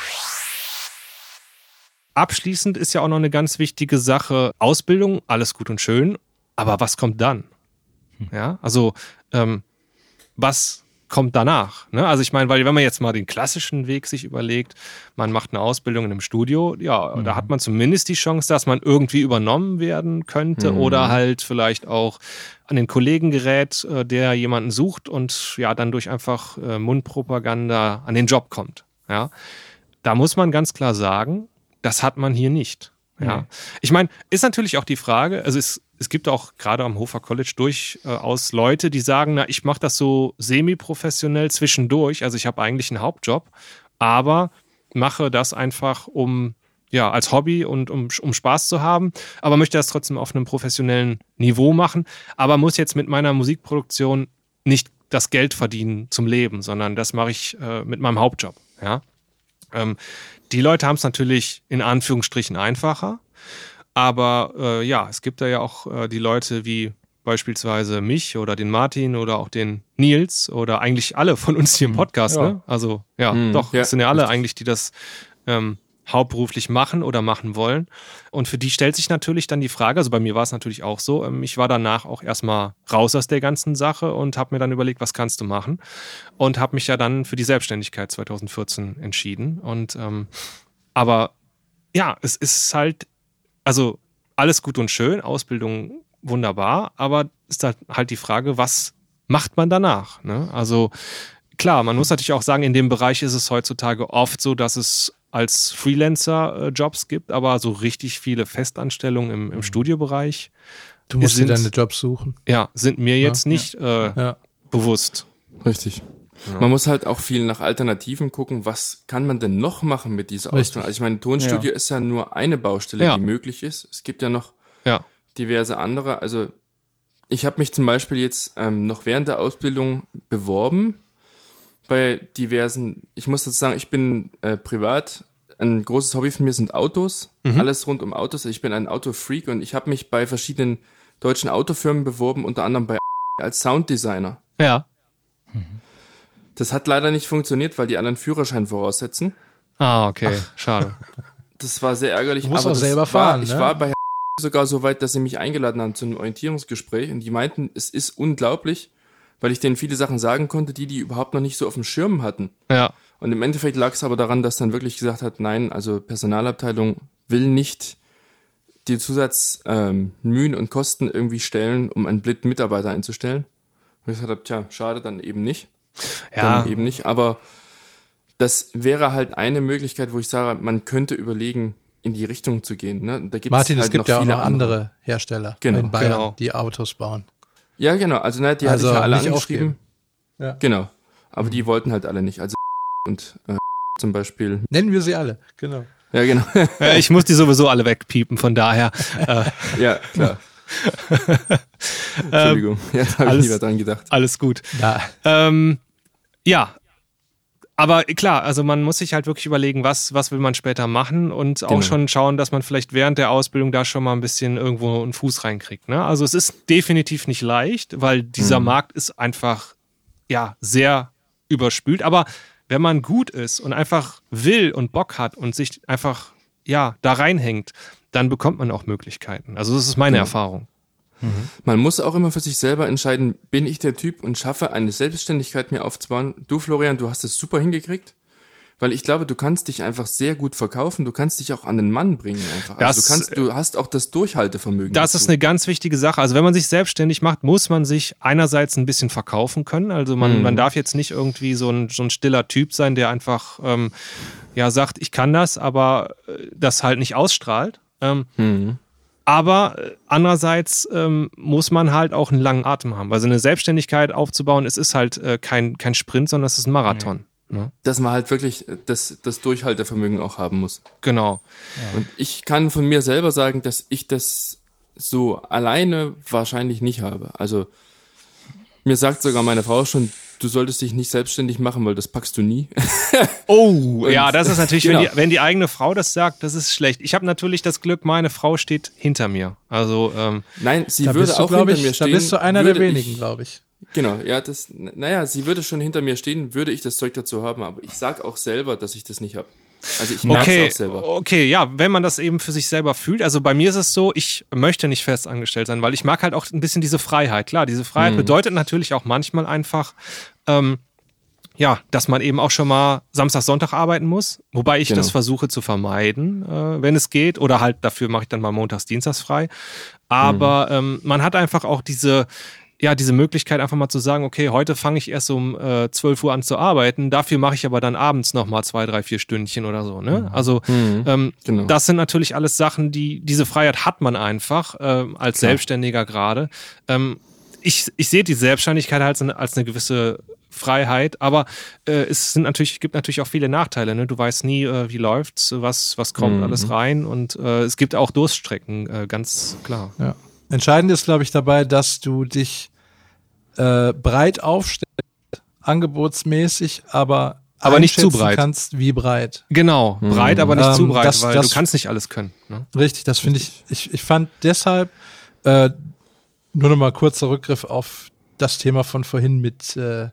Abschließend ist ja auch noch eine ganz wichtige Sache, Ausbildung, alles gut und schön, aber was kommt dann? Ja, also ähm, was kommt danach? Ne? Also ich meine, weil wenn man jetzt mal den klassischen Weg sich überlegt, man macht eine Ausbildung in einem Studio, ja, mhm. da hat man zumindest die Chance, dass man irgendwie übernommen werden könnte mhm. oder halt vielleicht auch an den Kollegen gerät, äh, der jemanden sucht und ja, dann durch einfach äh, Mundpropaganda an den Job kommt. Ja, da muss man ganz klar sagen, das hat man hier nicht. Ja. Mhm. Ich meine, ist natürlich auch die Frage, also es, es gibt auch gerade am Hofer College durchaus Leute, die sagen, na, ich mache das so semi-professionell zwischendurch, also ich habe eigentlich einen Hauptjob, aber mache das einfach, um ja, als Hobby und um, um Spaß zu haben, aber möchte das trotzdem auf einem professionellen Niveau machen, aber muss jetzt mit meiner Musikproduktion nicht das Geld verdienen zum Leben, sondern das mache ich äh, mit meinem Hauptjob. Ja. Ähm, die Leute haben es natürlich in Anführungsstrichen einfacher, aber äh, ja, es gibt da ja auch äh, die Leute wie beispielsweise mich oder den Martin oder auch den Nils oder eigentlich alle von uns hier im Podcast. Ja. Ne? Also ja, mhm, doch, ja, es sind ja alle richtig. Eigentlich, die das ähm, hauptberuflich machen oder machen wollen. Und für die stellt sich natürlich dann die Frage, also bei mir war es natürlich auch so, ähm, ich war danach auch erstmal raus aus der ganzen Sache und habe mir dann überlegt, was kannst du machen? Und habe mich ja dann für die Selbstständigkeit zweitausendvierzehn entschieden. Und ähm, aber ja, es ist halt, also alles gut und schön, Ausbildung wunderbar, aber ist halt, halt die Frage, was macht man danach? Ne? Also klar, man muss natürlich auch sagen, in dem Bereich ist es heutzutage oft so, dass es als Freelancer äh, Jobs gibt, aber so richtig viele Festanstellungen im, im Studiobereich. Du musst sind, dir deine Jobs suchen. Ja, sind mir jetzt ja, nicht ja. Äh, ja. bewusst. Richtig. Ja. Man muss halt auch viel nach Alternativen gucken, was kann man denn noch machen mit dieser Richtig. Ausbildung? Also ich meine, Tonstudio ja. ist ja nur eine Baustelle, ja. die möglich ist. Es gibt ja noch ja. diverse andere. Also ich habe mich zum Beispiel jetzt ähm, noch während der Ausbildung beworben bei diversen, ich muss dazu sagen, ich bin äh, privat, ein großes Hobby von mir sind Autos, mhm. alles rund um Autos. Ich bin ein Autofreak und ich habe mich bei verschiedenen deutschen Autofirmen beworben, unter anderem bei als Sounddesigner. Ja. Mhm. Das hat leider nicht funktioniert, weil die anderen Führerschein voraussetzen. Ah, okay, schade. Das war sehr ärgerlich. Du musst aber auch das selber war, fahren, Ich ne? war bei sogar so weit, dass sie mich eingeladen haben zu einem Orientierungsgespräch und die meinten, es ist unglaublich, weil ich denen viele Sachen sagen konnte, die die überhaupt noch nicht so auf dem Schirm hatten. Ja. Und im Endeffekt lag es aber daran, dass dann wirklich gesagt hat, nein, also Personalabteilung will nicht die Zusatzmühen ähm, und Kosten irgendwie stellen, um einen blinden Mitarbeiter einzustellen. Und ich gesagt habe, tja, schade, dann eben nicht. Ja. Dann eben nicht. Aber das wäre halt eine Möglichkeit, wo ich sage, man könnte überlegen, in die Richtung zu gehen. Ne? Da gibt's Martin, halt es gibt noch ja auch viele noch andere Hersteller Genau, in Bayern, genau. die Autos bauen. Ja, genau. Also ne, die Also hatte ich ja alle nicht angeschrieben. Ja. Genau. Aber die wollten halt alle nicht. Also und äh, zum Beispiel. Nennen wir sie alle, genau. Ja, genau. Ja, ich muss die sowieso alle wegpiepen, von daher. Äh, Ja, klar. Entschuldigung. Ja, da habe ich alles- lieber dran gedacht. alles gut. Ja. Ähm, ja, aber klar, also man muss sich halt wirklich überlegen, was, was will man später machen und auch Genau. schon schauen, dass man vielleicht während der Ausbildung da schon mal ein bisschen irgendwo einen Fuß reinkriegt. Ne? Also es ist definitiv nicht leicht, weil dieser Mhm. Markt ist einfach ja sehr überspült. Aber wenn man gut ist und einfach will und Bock hat und sich einfach ja da reinhängt, dann bekommt man auch Möglichkeiten. Also das ist meine Genau. Erfahrung. Man muss auch immer für sich selber entscheiden, bin ich der Typ und schaffe eine Selbstständigkeit mir aufzubauen. Du, Florian, du hast es super hingekriegt. Weil ich glaube, du kannst dich einfach sehr gut verkaufen. Du kannst dich auch an den Mann bringen einfach. Das- also du kannst, du hast auch das Durchhaltevermögen. Das dazu. ist eine ganz wichtige Sache. Also wenn man sich selbstständig macht, muss man sich einerseits ein bisschen verkaufen können. Also man, Mhm. man darf jetzt nicht irgendwie so ein, so ein stiller Typ sein, der einfach ähm, ja sagt, ich kann das, aber äh, das halt nicht ausstrahlt. Ähm, Mhm. aber äh, andererseits ähm, muss man halt auch einen langen Atem haben. Also eine Selbstständigkeit aufzubauen, es ist halt äh, kein, kein Sprint, sondern es ist ein Marathon. Ne? Dass man halt wirklich das, das Durchhaltevermögen auch haben muss. Genau. Und ich kann von mir selber sagen, dass ich das so alleine wahrscheinlich nicht habe. Also mir sagt sogar meine Frau schon, du solltest dich nicht selbstständig machen, weil das packst du nie. Oh, ja, das ist natürlich, Genau. wenn, die, wenn die eigene Frau das sagt, das ist schlecht. Ich habe natürlich das Glück, meine Frau steht hinter mir. Also, ähm, Nein, sie Da würde bist du, auch glaube hinter ich, mir da stehen. bist du einer der würde wenigen, ich- glaube ich. Genau, ja, das, naja, sie würde schon hinter mir stehen, würde ich das Zeug dazu haben, aber ich sag auch selber, dass ich das nicht habe. Also ich merke okay, es auch selber. okay, ja, wenn man das eben für sich selber fühlt. Also bei mir ist es so, ich möchte nicht fest angestellt sein, weil ich mag halt auch ein bisschen diese Freiheit. Klar, diese Freiheit Mhm. bedeutet natürlich auch manchmal einfach, ähm, ja, dass man eben auch schon mal Samstag, Sonntag arbeiten muss, wobei ich Genau. das versuche zu vermeiden, äh, wenn es geht, oder halt dafür mache ich dann mal montags, dienstags frei. Aber ähm, man hat einfach auch diese, ja, diese Möglichkeit einfach mal zu sagen, okay, heute fange ich erst um äh, zwölf Uhr an zu arbeiten, dafür mache ich aber dann abends noch mal zwei, drei, vier Stündchen oder so, ne? Also ähm, Genau. das sind natürlich alles Sachen, die, diese Freiheit hat man einfach, ähm, als Selbstständiger gerade. Ähm, ich, ich sehe die Selbstständigkeit als eine, als eine gewisse Freiheit, aber äh, es sind natürlich, gibt natürlich auch viele Nachteile. Ne? Du weißt nie, äh, wie läuft's, was, was kommt Mhm. alles rein und äh, es gibt auch Durststrecken, äh, ganz klar. Ja. Entscheidend ist, glaube ich, dabei, dass du dich äh, breit aufstellst, angebotsmäßig, aber, Aber nicht zu einschätzen breit. kannst, wie breit. Genau, breit, aber nicht Ähm, zu breit, das- weil das- du kannst nicht alles können. Ne? Richtig, das finde ich, ich, ich fand deshalb, äh, nur noch mal kurzer Rückgriff auf das Thema von vorhin mit, äh,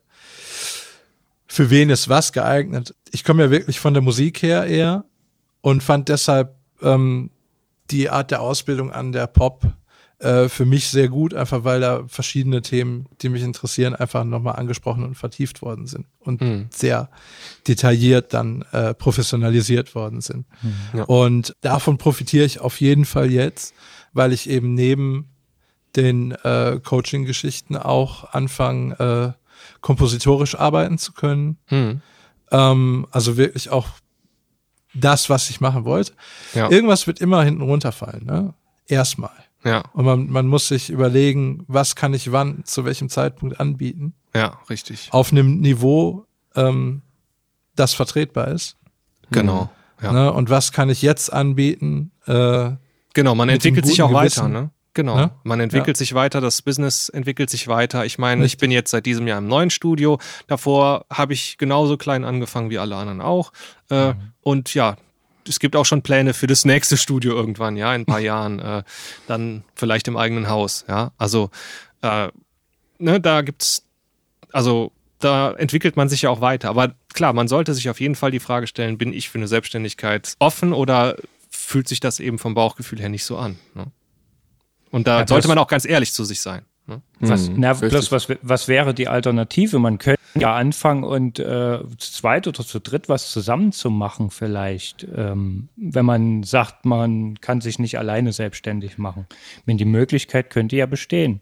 für wen ist was geeignet. Ich komme ja wirklich von der Musik her eher und fand deshalb ähm, die Art der Ausbildung an der Pop äh, für mich sehr gut, einfach weil da verschiedene Themen, die mich interessieren, einfach nochmal angesprochen und vertieft worden sind und Mhm. sehr detailliert dann äh, professionalisiert worden sind. Ja. Und davon profitiere ich auf jeden Fall jetzt, weil ich eben neben den äh, Coaching-Geschichten auch anfange, äh, kompositorisch arbeiten zu können. Hm. Ähm, also wirklich auch das, was ich machen wollte. Ja. Irgendwas wird immer hinten runterfallen, ne? Erstmal. Ja, Und man, man muss sich überlegen, was kann ich wann, zu welchem Zeitpunkt anbieten. ja, richtig. Auf einem Niveau, ähm, das vertretbar ist. Genau. Ja. Ne? Und was kann ich jetzt anbieten? Äh, Genau, man Mit entwickelt einem sich auch guten weiter, Gewissen. ne? Genau. Ne? Man entwickelt Ja. sich weiter, das Business entwickelt sich weiter. Ich meine, ich Richtig. bin jetzt seit diesem Jahr im neuen Studio. Davor habe ich genauso klein angefangen wie alle anderen auch. Äh, Mhm. Und ja, es gibt auch schon Pläne für das nächste Studio irgendwann, ja, in ein paar Jahren. Äh, dann vielleicht im eigenen Haus, ja. Also, äh, ne, da gibt's, also da entwickelt man sich ja auch weiter. Aber klar, man sollte sich auf jeden Fall die Frage stellen, bin ich für eine Selbstständigkeit offen oder fühlt sich das eben vom Bauchgefühl her nicht so an? Ne? Und da ja, sollte man auch ganz ehrlich zu sich sein. Ne? Was, Hm, na, bloß was, was wäre die Alternative? Man könnte ja anfangen und äh, zu zweit oder zu dritt was zusammen zu machen vielleicht, ähm, wenn man sagt, man kann sich nicht alleine selbstständig machen. Wenn die Möglichkeit könnte ja bestehen.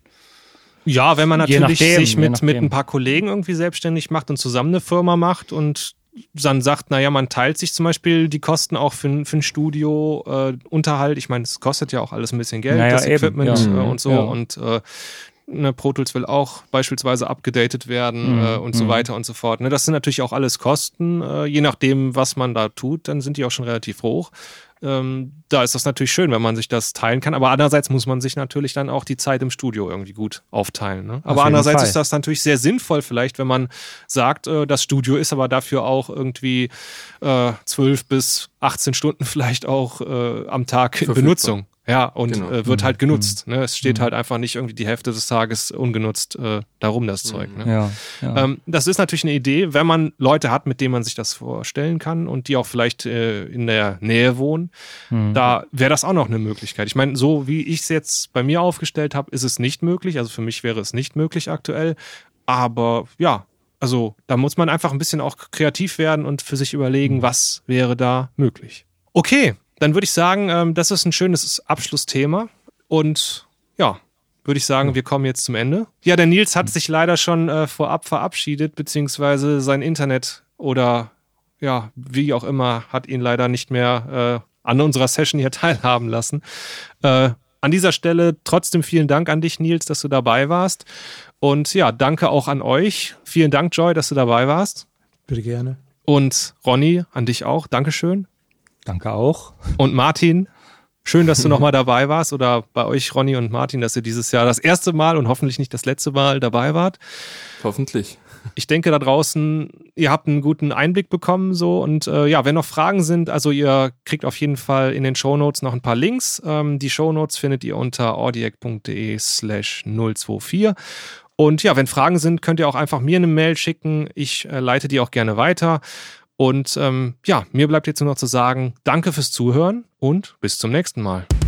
Ja, wenn man Je natürlich nachdem, sich je mit, nachdem. mit ein paar Kollegen irgendwie selbstständig macht und zusammen eine Firma macht und dann sagt, naja, man teilt sich zum Beispiel die Kosten auch für, für ein Studio, äh, Unterhalt. Ich meine, es kostet ja auch alles ein bisschen Geld, Naja, das eben, Equipment ja. äh, und so. Ja. Und äh, ne, Pro Tools will auch beispielsweise abgedatet werden Mhm. äh, und so Mhm. weiter und so fort. Ne, das sind natürlich auch alles Kosten. Äh, je nachdem, was man da tut, dann sind die auch schon relativ hoch. Ähm, da ist das natürlich schön, wenn man sich das teilen kann. Aber andererseits muss man sich natürlich dann auch die Zeit im Studio irgendwie gut aufteilen. Ne? Aber jeden andererseits Fall. ist das natürlich sehr sinnvoll vielleicht, wenn man sagt, äh, das Studio ist aber dafür auch irgendwie äh, zwölf bis achtzehn Stunden vielleicht auch äh, am Tag in Verfügbar. Benutzung. Ja, und Genau. äh, wird halt genutzt. Ne? Es steht halt einfach nicht irgendwie die Hälfte des Tages ungenutzt äh, darum, das Zeug. Ne? Ja, ja. Ähm, das ist natürlich eine Idee, wenn man Leute hat, mit denen man sich das vorstellen kann und die auch vielleicht äh, in der Nähe wohnen, Hm. da wäre das auch noch eine Möglichkeit. Ich meine, so wie ich es jetzt bei mir aufgestellt habe, ist es nicht möglich. Also für mich wäre es nicht möglich aktuell. Aber ja, also da muss man einfach ein bisschen auch kreativ werden und für sich überlegen, was wäre da möglich. Okay, dann würde ich sagen, ähm, das ist ein schönes Abschlussthema. Und ja, würde ich sagen, wir kommen jetzt zum Ende. Ja, der Nils hat sich leider schon äh, vorab verabschiedet, beziehungsweise sein Internet oder ja, wie auch immer, hat ihn leider nicht mehr äh, an unserer Session hier teilhaben lassen. Äh, an dieser Stelle trotzdem vielen Dank an dich, Nils, dass du dabei warst. Und ja, danke auch an euch. Vielen Dank, Joy, dass du dabei warst. Bitte gerne. Und Ronny, an dich auch. Dankeschön. Danke auch. Und Martin, schön, dass du nochmal dabei warst oder bei euch, Ronny und Martin, dass ihr dieses Jahr das erste Mal und hoffentlich nicht das letzte Mal dabei wart. Hoffentlich. Ich denke da draußen, ihr habt einen guten Einblick bekommen so und äh, ja, wenn noch Fragen sind, also ihr kriegt auf jeden Fall in den Shownotes noch ein paar Links. Ähm, die Shownotes findet ihr unter audiac.de slash null zwei vier. Und ja, wenn Fragen sind, könnt ihr auch einfach mir eine Mail schicken. Ich äh, leite die auch gerne weiter. Und ähm, ja, mir bleibt jetzt nur noch zu sagen, danke fürs Zuhören und bis zum nächsten Mal.